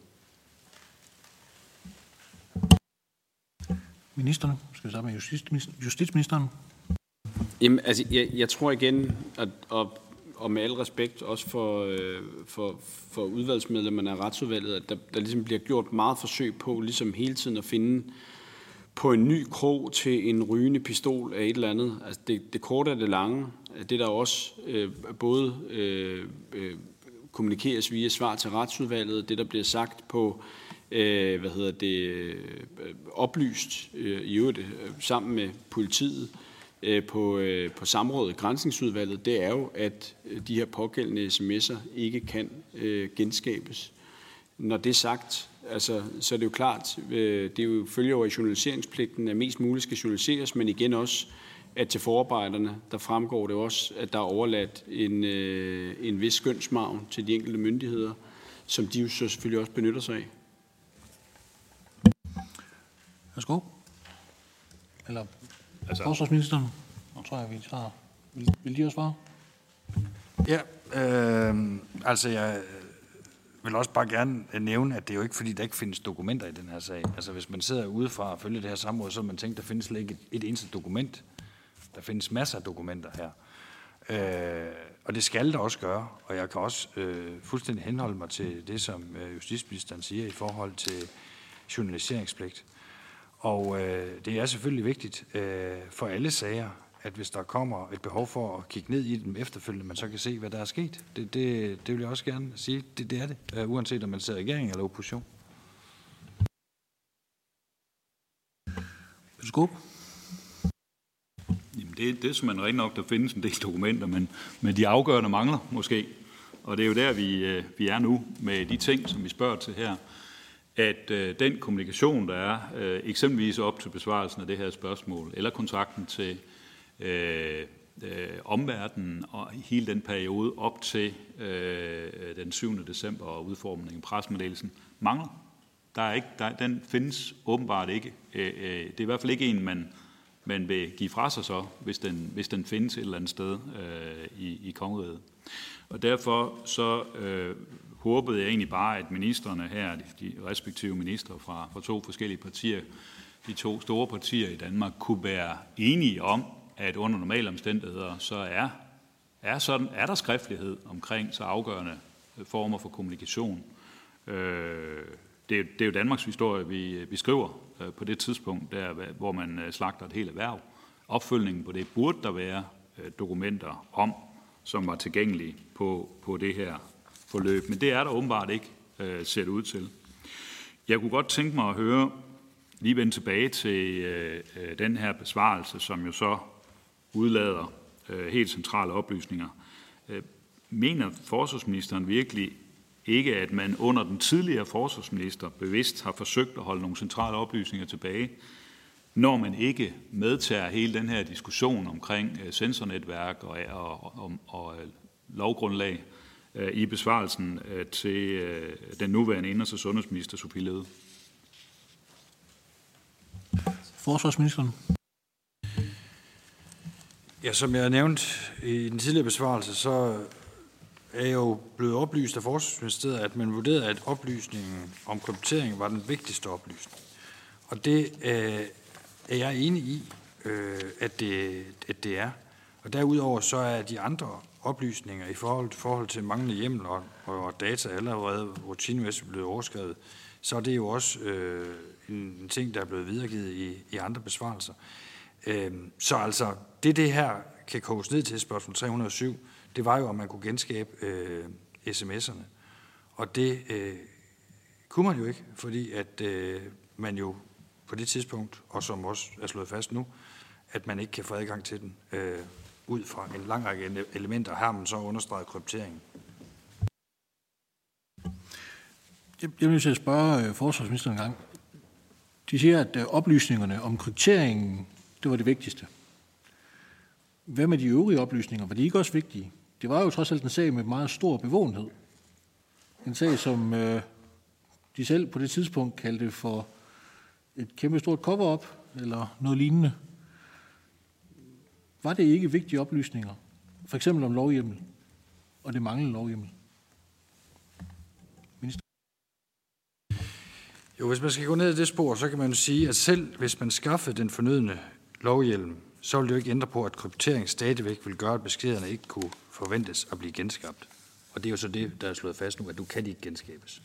Ministeren, skal vi starte med justitsministeren? Jamen, altså, jeg tror igen, og med al respekt også for udvalgsmedlemmerne af retsudvalget, at der ligesom bliver gjort meget forsøg på ligesom hele tiden at finde på en ny krog til en rygende pistol af et eller andet. Altså det korte og det lange, det der også både kommunikeres via svar til retsudvalget, det der bliver sagt på oplyst i øvrigt sammen med politiet på samrådet i Granskningsudvalget, det er jo, at de her pågældende sms'er ikke kan genskabes. Når det er sagt, altså, så er det jo klart, det følger jo af journaliseringspligten, at mest muligt skal journaliseres, men igen også, at til forarbejderne, der fremgår det også, at der er overladt en vis skønsmargen til de enkelte myndigheder, som de jo så selvfølgelig også benytter sig af. Værsgo. Eller forsvarsministeren. Nu tror jeg, vi tager. Vil de også svare? Ja, altså jeg vil også bare gerne nævne, at det er jo ikke fordi, der ikke findes dokumenter i den her sag. Altså hvis man sidder udefra og følger det her samråd, så man tænker, der findes slet ikke et eneste dokument. Der findes masser af dokumenter her. Og det skal der også gøre, og jeg kan også fuldstændig henholde mig til det, som justitsministeren siger i forhold til journaliseringspligt. Og det er selvfølgelig vigtigt for alle sager, at hvis der kommer et behov for at kigge ned i dem efterfølgende, man så kan se, hvad der er sket. Det vil jeg også gerne sige. Det er det, uanset om man sidder i regering eller opposition. Værsgo. Jamen det er simpelthen rigtig nok, der findes en del dokumenter, men de afgørende mangler måske. Og det er jo der, vi er nu med de ting, som vi spørger til her. At den kommunikation, der er eksempelvis op til besvarelsen af det her spørgsmål, eller kontakten til omverdenen og hele den periode op til den 7. december og udformningen af pressemeddelelsen, mangler. Den findes åbenbart ikke. Det er i hvert fald ikke en, man vil give fra sig så, hvis den findes et eller andet sted i kongeriget. Og derfor så håbede jeg egentlig bare, at ministerne her, de respektive ministre fra 2 forskellige partier, de 2 store partier i Danmark, kunne være enige om, at under normale omstændigheder, så er der skriftlighed omkring så afgørende former for kommunikation. Det er jo Danmarks historie, vi skriver på det tidspunkt, der, hvor man slagter et helt erhverv. Opfølgningen på det burde der være dokumenter om, som var tilgængelige på det her forløb. Men det er der åbenbart ikke, ser det ud til. Jeg kunne godt tænke mig at høre, lige vende tilbage til den her besvarelse, som jo så udlader helt centrale oplysninger. Mener forsvarsministeren virkelig ikke, at man under den tidligere forsvarsminister bevidst har forsøgt at holde nogle centrale oplysninger tilbage, når man ikke medtager hele den her diskussion omkring sensornetværk og lovgrundlag i besvarelsen til den nuværende indenrigs- og sundhedsminister Sophie Løhde? Forsvarsministeren. Ja, som jeg nævnte i den tidligere besvarelse, så er jo blevet oplyst af Forsvarsministeriet, at man vurderede, at oplysningen om kryptering var den vigtigste oplysning. Og det er jeg enig i, at det er. Og derudover så er de andre oplysninger i forhold til manglende hjemmel og data allerede rutinemæssigt blevet overskrevet, så er det jo også en ting, der er blevet videregivet i andre besvarelser. Så altså, det her kan koges ned til spørgsmål 307, det var jo, om man kunne genskabe sms'erne. Og det kunne man jo ikke, fordi at man jo på det tidspunkt, og som også er slået fast nu, at man ikke kan få adgang til den ud fra en lang række elementer. Her har man så understreget krypteringen. Jeg vil til spørge forsvarsministeren en gang. De siger, at oplysningerne om krypteringen, det var det vigtigste. Hvad med de øvrige oplysninger? Var de ikke også vigtige? Det var jo trods alt en sag med meget stor bevågenhed. En sag, som de selv på det tidspunkt kaldte for et kæmpe stort cover-up, eller noget lignende. Var det ikke vigtige oplysninger? For eksempel om lovhjemmel, og det manglende lovhjemmel? Minister? Jo, hvis man skal gå ned i det spor, så kan man jo sige, at selv hvis man skaffede den fornødne lovhjelm, så vil det jo ikke ændre på, at kryptering stadigvæk vil gøre, at beskederne ikke kunne forventes at blive genskabt. Og det er jo så det, der er slået fast nu, at du kan de ikke genskabes.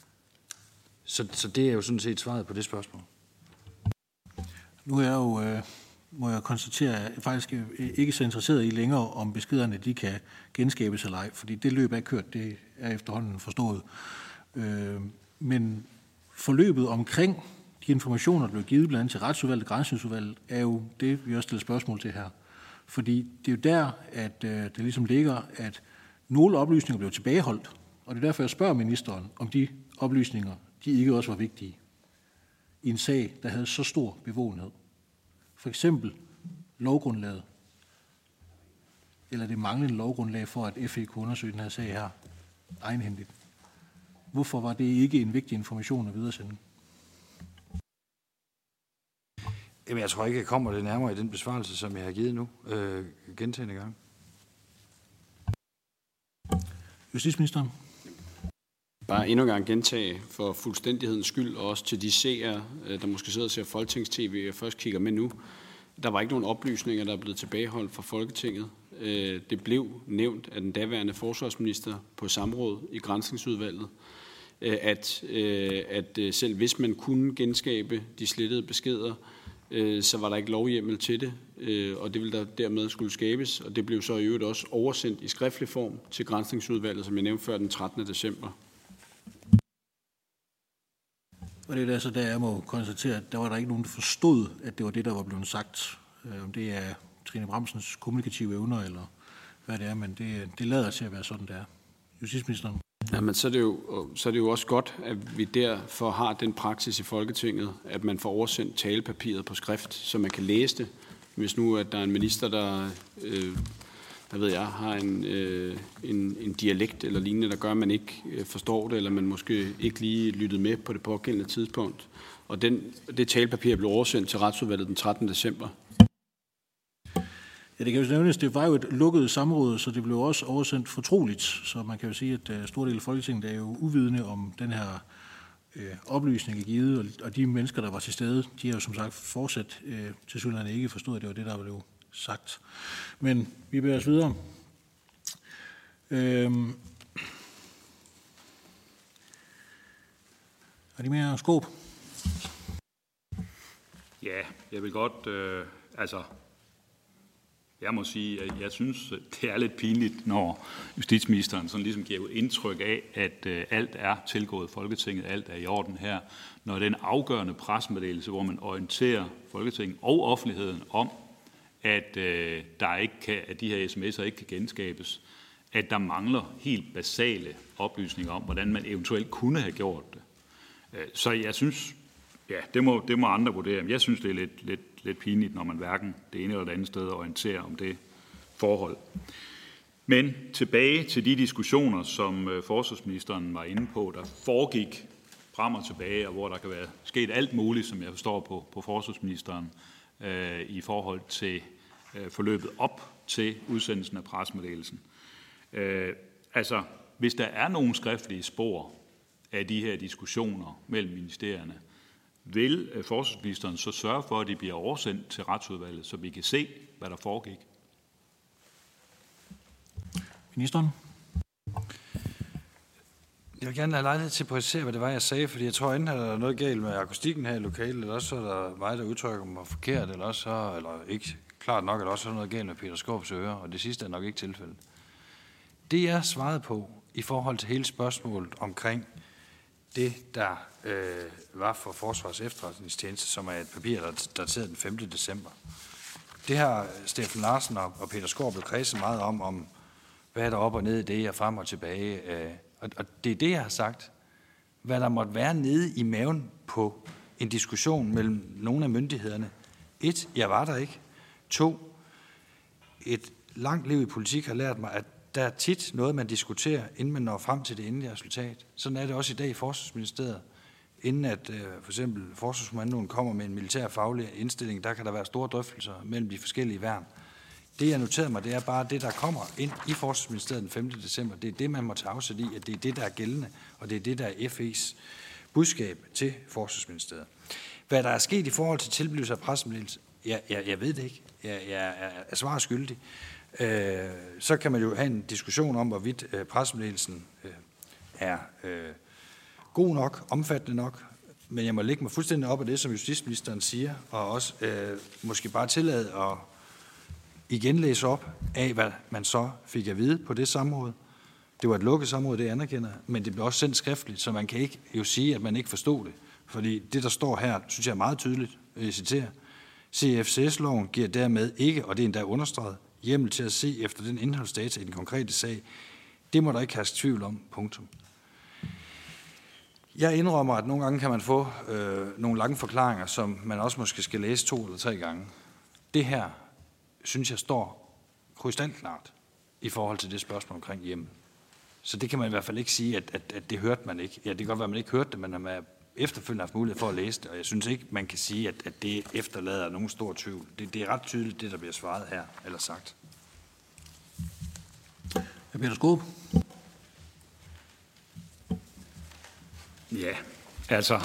Så det er jo sådan set svaret på det spørgsmål. Nu er jeg jo, må jeg konstatere, at jeg faktisk ikke så interesseret i længere, om beskederne de kan genskabes eller ej, fordi det løb er kørt, det er efterhånden forstået. Men forløbet omkring de informationer, der blev givet blandt andet til Retsudvalget og Granskningsudvalget, er jo det, vi også stiller spørgsmål til her. Fordi det er jo der, at det ligesom ligger, at nogle oplysninger blev tilbageholdt, og det er derfor, jeg spørger ministeren, om de oplysninger, de ikke også var vigtige i en sag, der havde så stor bevågenhed. For eksempel lovgrundlaget, eller det manglende lovgrundlag for, at FE kunne undersøge den her sag her egenhændigt. Hvorfor var det ikke en vigtig information at videresende? Jamen, jeg tror ikke, jeg kommer det nærmere i den besvarelse, som jeg har givet nu. Gentagende gang. Justitsministeren. Bare endnu en gang gentage for fuldstændighedens skyld, og også til de seere, der måske sidder og ser Folketings-TV og først kigger med nu. Der var ikke nogen oplysninger, der er blevet tilbageholdt fra Folketinget. Det blev nævnt af den daværende forsvarsminister på samråd i Granskningsudvalget, at selv hvis man kunne genskabe de slettede beskeder, så var der ikke lovhjemmel til det, og det ville der dermed skulle skabes, og det blev så i øvrigt også oversendt i skriftlig form til Granskningsudvalget, som jeg nævnte før den 13. december. Og det er altså der, jeg må konstatere, at der var der ikke nogen, der forstod, at det var det, der var blevet sagt. Om det er Trine Bramsens kommunikative evner, eller hvad det er, men det lader til at være sådan, det er. Justitsministeren. Jamen, så er det jo også godt, at vi derfor har den praksis i Folketinget, at man får oversendt talepapiret på skrift, så man kan læse det. Hvis nu at der er en minister, der har en dialekt eller lignende, der gør, at man ikke forstår det, eller man måske ikke lige lyttede med på det pågældende tidspunkt. Og det talepapir blev oversendt til Retsudvalget den 13. december. Ja, det kan jo nævnes, det var jo et lukket samråd, så det blev også oversendt fortroligt. Så man kan jo sige, at stor del af Folketinget er jo uvidende om den her oplysning er givet, og de mennesker, der var til stede, de har jo som sagt fortsat til synligheden ikke forstået, at det var det, der blev sagt. Men vi bevæger os videre. Er de mere Skaarup? Ja, jeg vil godt, jeg må sige, at jeg synes, det er lidt pinligt, når justitsministeren sådan ligesom giver indtryk af, at alt er tilgået Folketinget, alt er i orden her, når den afgørende pressemeddelelse, hvor man orienterer Folketinget og offentligheden om, at at de her sms'er ikke kan genskabes, at der mangler helt basale oplysninger om, hvordan man eventuelt kunne have gjort det. Så jeg synes, ja, det må andre vurdere. Jeg synes, det er lidt pinligt, når man hverken det ene eller det andet sted orienterer om det forhold. Men tilbage til de diskussioner, som forsvarsministeren var inde på, der foregik frem og tilbage, og hvor der kan være sket alt muligt, som jeg forstår på forsvarsministeren, i forhold til forløbet op til udsendelsen af pressemeddelelsen. Hvis der er nogle skriftlige spor af de her diskussioner mellem ministerierne, vil forsvarsministeren så sørge for, at de bliver oversendt til Retsudvalget, så vi kan se, hvad der foregik? Ministeren? Jeg vil gerne have lejlighed til at præcisere, hvad det var, jeg sagde, fordi jeg tror, enten er der noget galt med akustikken her i lokalet, eller også er der mig, der udtrykker mig forkert, eller også eller ikke klart nok, eller også er der noget galt med Peter Skaarups ører, og det sidste er nok ikke tilfældet. Det, jeg svarede på i forhold til hele spørgsmålet omkring det, der var for Forsvars Efterretningstjeneste, som er et papir, der er dateret den 5. december. Det har Steffen Larsen og Peter Skaarup blevet kredset meget om hvad er der op og ned i det, og frem og tilbage. Og det er det, jeg har sagt. Hvad der måtte være nede i maven på en diskussion mellem nogle af myndighederne. 1, jeg var der ikke. 2, et langt liv i politik har lært mig, at der er tit noget, man diskuterer, inden man når frem til det endelige resultat. Sådan er det også i dag i Forsvarsministeriet. Inden at for eksempel Forsvarskommandoen kommer med en militær faglig indstilling, der kan der være store drøftelser mellem de forskellige værn. Det, jeg noterede mig, det er bare det, der kommer ind i Forsvarsministeriet den 5. december. Det er det, man må tage afsæt i, at det er det, der er gældende, og det er det, der er FE's budskab til Forsvarsministeriet. Hvad der er sket i forhold til tilblivelse af pressemeddelelse, jeg ved det ikke. Jeg er svarskyldig. Så kan man jo have en diskussion om, hvorvidt pressemeddelelsen er god nok, omfattende nok, men jeg må lægge mig fuldstændig op af det, som justitsministeren siger, og også måske bare tillade at igen læse op af, hvad man så fik at vide på det samråd. Det var et lukket samråd, det anerkender, men det blev også sendt skriftligt, så man kan ikke jo sige, at man ikke forstod det. Fordi det, der står her, synes jeg er meget tydeligt. Jeg citerer: CFCS-loven giver dermed ikke, og det er endda understreget, hjemmel til at se efter den indholdsdata i den konkrete sag. Det må der ikke herske tvivl om. Punktum. Jeg indrømmer, at nogle gange kan man få nogle lange forklaringer, som man også måske skal læse 2 eller 3 gange. Det her, synes jeg, står krystalklart i forhold til det spørgsmål omkring hjemme. Så det kan man i hvert fald ikke sige, at det hørte man ikke. Ja, det kan godt være, at man ikke hørte det, men man efterfølgende haft mulighed for at læse det, og jeg synes ikke, man kan sige, at det efterlader nogen stor tvivl. Det er ret tydeligt, det der bliver svaret her, eller sagt. Peter Skaarup. Ja, altså,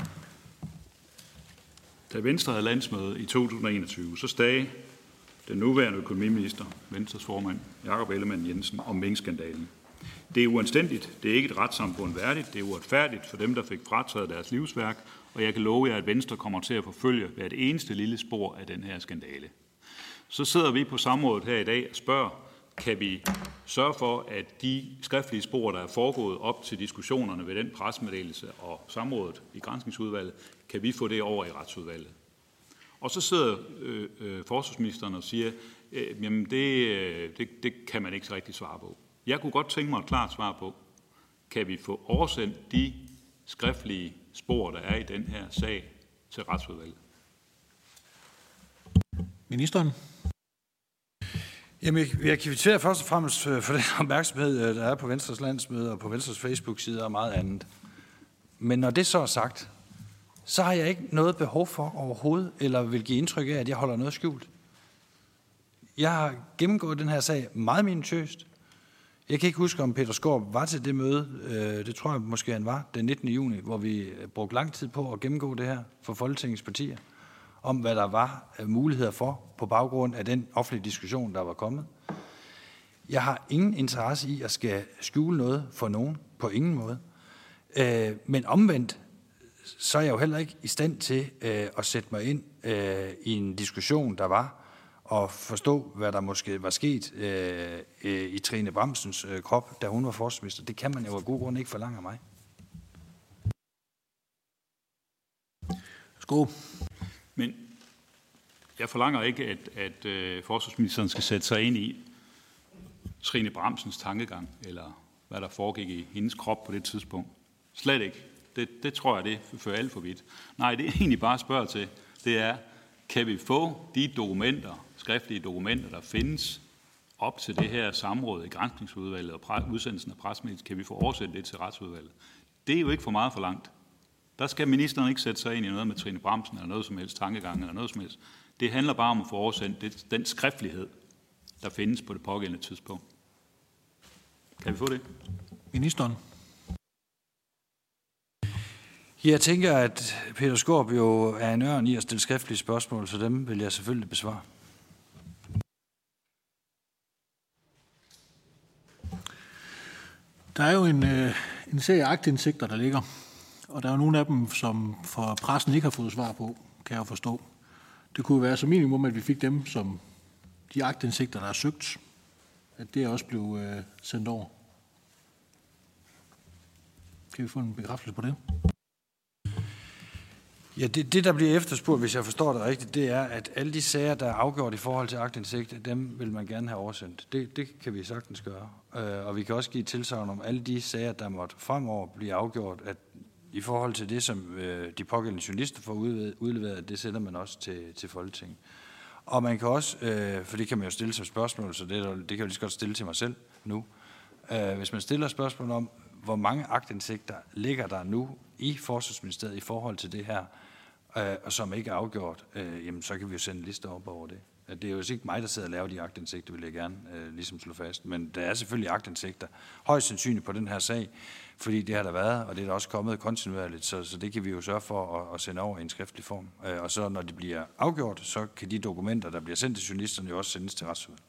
da Venstre havde landsmøde i 2021, så sagde den nuværende økonomiminister, Venstres formand, Jakob Ellemann-Jensen, om minkskandalen. Det er uanstændigt, det er ikke et retssamfund værdigt, det er uretfærdigt for dem, der fik frataget deres livsværk, og jeg kan love jer, at Venstre kommer til at forfølge hvert eneste lille spor af den her skandale. Så sidder vi på samrådet her i dag og spørger, kan vi sørge for, at de skriftlige spor, der er foregået op til diskussionerne ved den pressemeddelelse og samrådet i granskningsudvalget, kan vi få det over i retsudvalget? Og så sidder forsvarsministeren og siger, jamen det kan man ikke rigtig svare på. Jeg kunne godt tænke mig et klart svar på, kan vi få oversendt de skriftlige spor, der er i den her sag, til retsudvalget? Ministeren. Jamen, jeg kvitterer først og fremmest for den opmærksomhed, der er på Venstres landsmøde og på Venstres Facebook-side og meget andet. Men når det så er sagt, så har jeg ikke noget behov for overhovedet, eller vil give indtryk af, at jeg holder noget skjult. Jeg har gennemgået den her sag meget minutiøst. Jeg kan ikke huske, om Peter Skaarup var til det møde, det tror jeg måske han var, den 19. juni, hvor vi brugte lang tid på at gennemgå det her for Folketingets partier, om hvad der var muligheder for på baggrund af den offentlige diskussion, der var kommet. Jeg har ingen interesse i at skal skjule noget for nogen, på ingen måde. Men omvendt, så er jeg jo heller ikke i stand til at sætte mig ind i en diskussion, der var, og forstå, hvad der måske var sket i Trine Bramsens krop, da hun var forsvarsminister. Det kan man jo af god grund ikke forlange af mig. Skål. Men jeg forlanger ikke, at forsvarsministeren skal sætte sig ind i Trine Bramsens tankegang, eller hvad der foregik i hendes krop på det tidspunkt. Slet ikke. Det tror jeg, det fører alt for vidt. Nej, det er egentlig bare at spørge til, det er, kan vi få de dokumenter, skriftlige dokumenter, der findes op til det her samråd i granskningsudvalget og udsendelsen af pressemeddelelsen, kan vi få oversendt det til retsudvalget? Det er jo ikke for meget for langt. Der skal ministeren ikke sætte sig ind i noget med Trine Bramsen eller noget som helst tankegang eller noget som helst. Det handler bare om at få oversendt den skriftlighed, der findes på det pågældende tidspunkt. Kan vi få det? Ministeren. Jeg tænker, at Peter Skaarup jo er en ørn i at stille skriftlige spørgsmål, så dem vil jeg selvfølgelig besvare. Der er jo en serie aktindsigter, der ligger, og der er jo nogle af dem, som for pressen ikke har fået svar på, kan jeg forstå. Det kunne være som minimum, at vi fik dem, som de aktindsigter, der er søgt, at det også blev sendt over. Kan vi få en bekræftelse på det? Ja, det der bliver efterspurgt, hvis jeg forstår det rigtigt, det er, at alle de sager, der er afgjort i forhold til aktindsigt, dem vil man gerne have oversendt. Det kan vi sagtens gøre. Og vi kan også give tilsagn om alle de sager, der måtte fremover blive afgjort, at i forhold til det, som de pågældende journalister får udleveret, det sender man også til Folketinget. Og man kan også, for det kan man jo stille som spørgsmål, så det kan jeg lige så godt stille til mig selv nu. Hvis man stiller spørgsmål om, hvor mange aktindsigter ligger der nu i Forsvarsministeriet i forhold til det her, og som ikke er afgjort, jamen så kan vi jo sende en liste op over det. Det er jo ikke mig, der sidder og laver de aktindsigter, vil jeg gerne ligesom slå fast. Men der er selvfølgelig aktindsigter, højst sandsynligt på den her sag, fordi det har der været, og det er der også kommet kontinuerligt, så det kan vi jo sørge for at sende over i en skriftlig form. Og så når det bliver afgjort, så kan de dokumenter, der bliver sendt til journalisterne, jo også sendes til retsudvalget.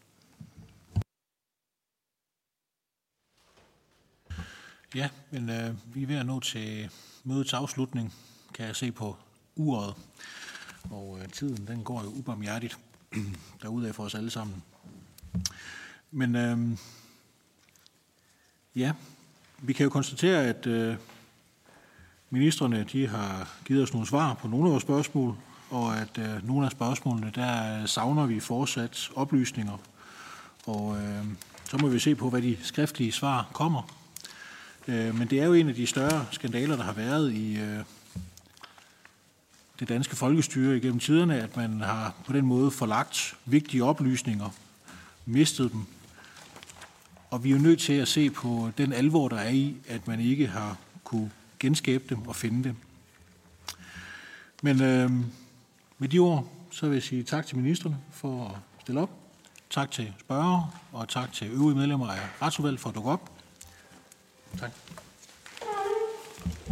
Ja, men vi er ved at nå til mødets afslutning, kan jeg se på uret. Og tiden, den går jo ubarmhjertigt derudaf for os alle sammen. Men ja, vi kan jo konstatere, at Ministrene de har givet os nogle svar på nogle af vores spørgsmål, og at nogle af spørgsmålene, der savner vi fortsat oplysninger. Og så må vi se på, hvad de skriftlige svar kommer. Men det er jo en af de større skandaler, der har været i det danske folkestyre igennem tiderne, at man har på den måde forlagt vigtige oplysninger, mistet dem. Og vi er jo nødt til at se på den alvor, der er i, at man ikke har kunne genskabe dem og finde dem. Men med de ord, så vil jeg sige tak til ministrene for at stille op. Tak til spørgere, og tak til øvrige medlemmer af Retsudvalget for at dukke op. Tak.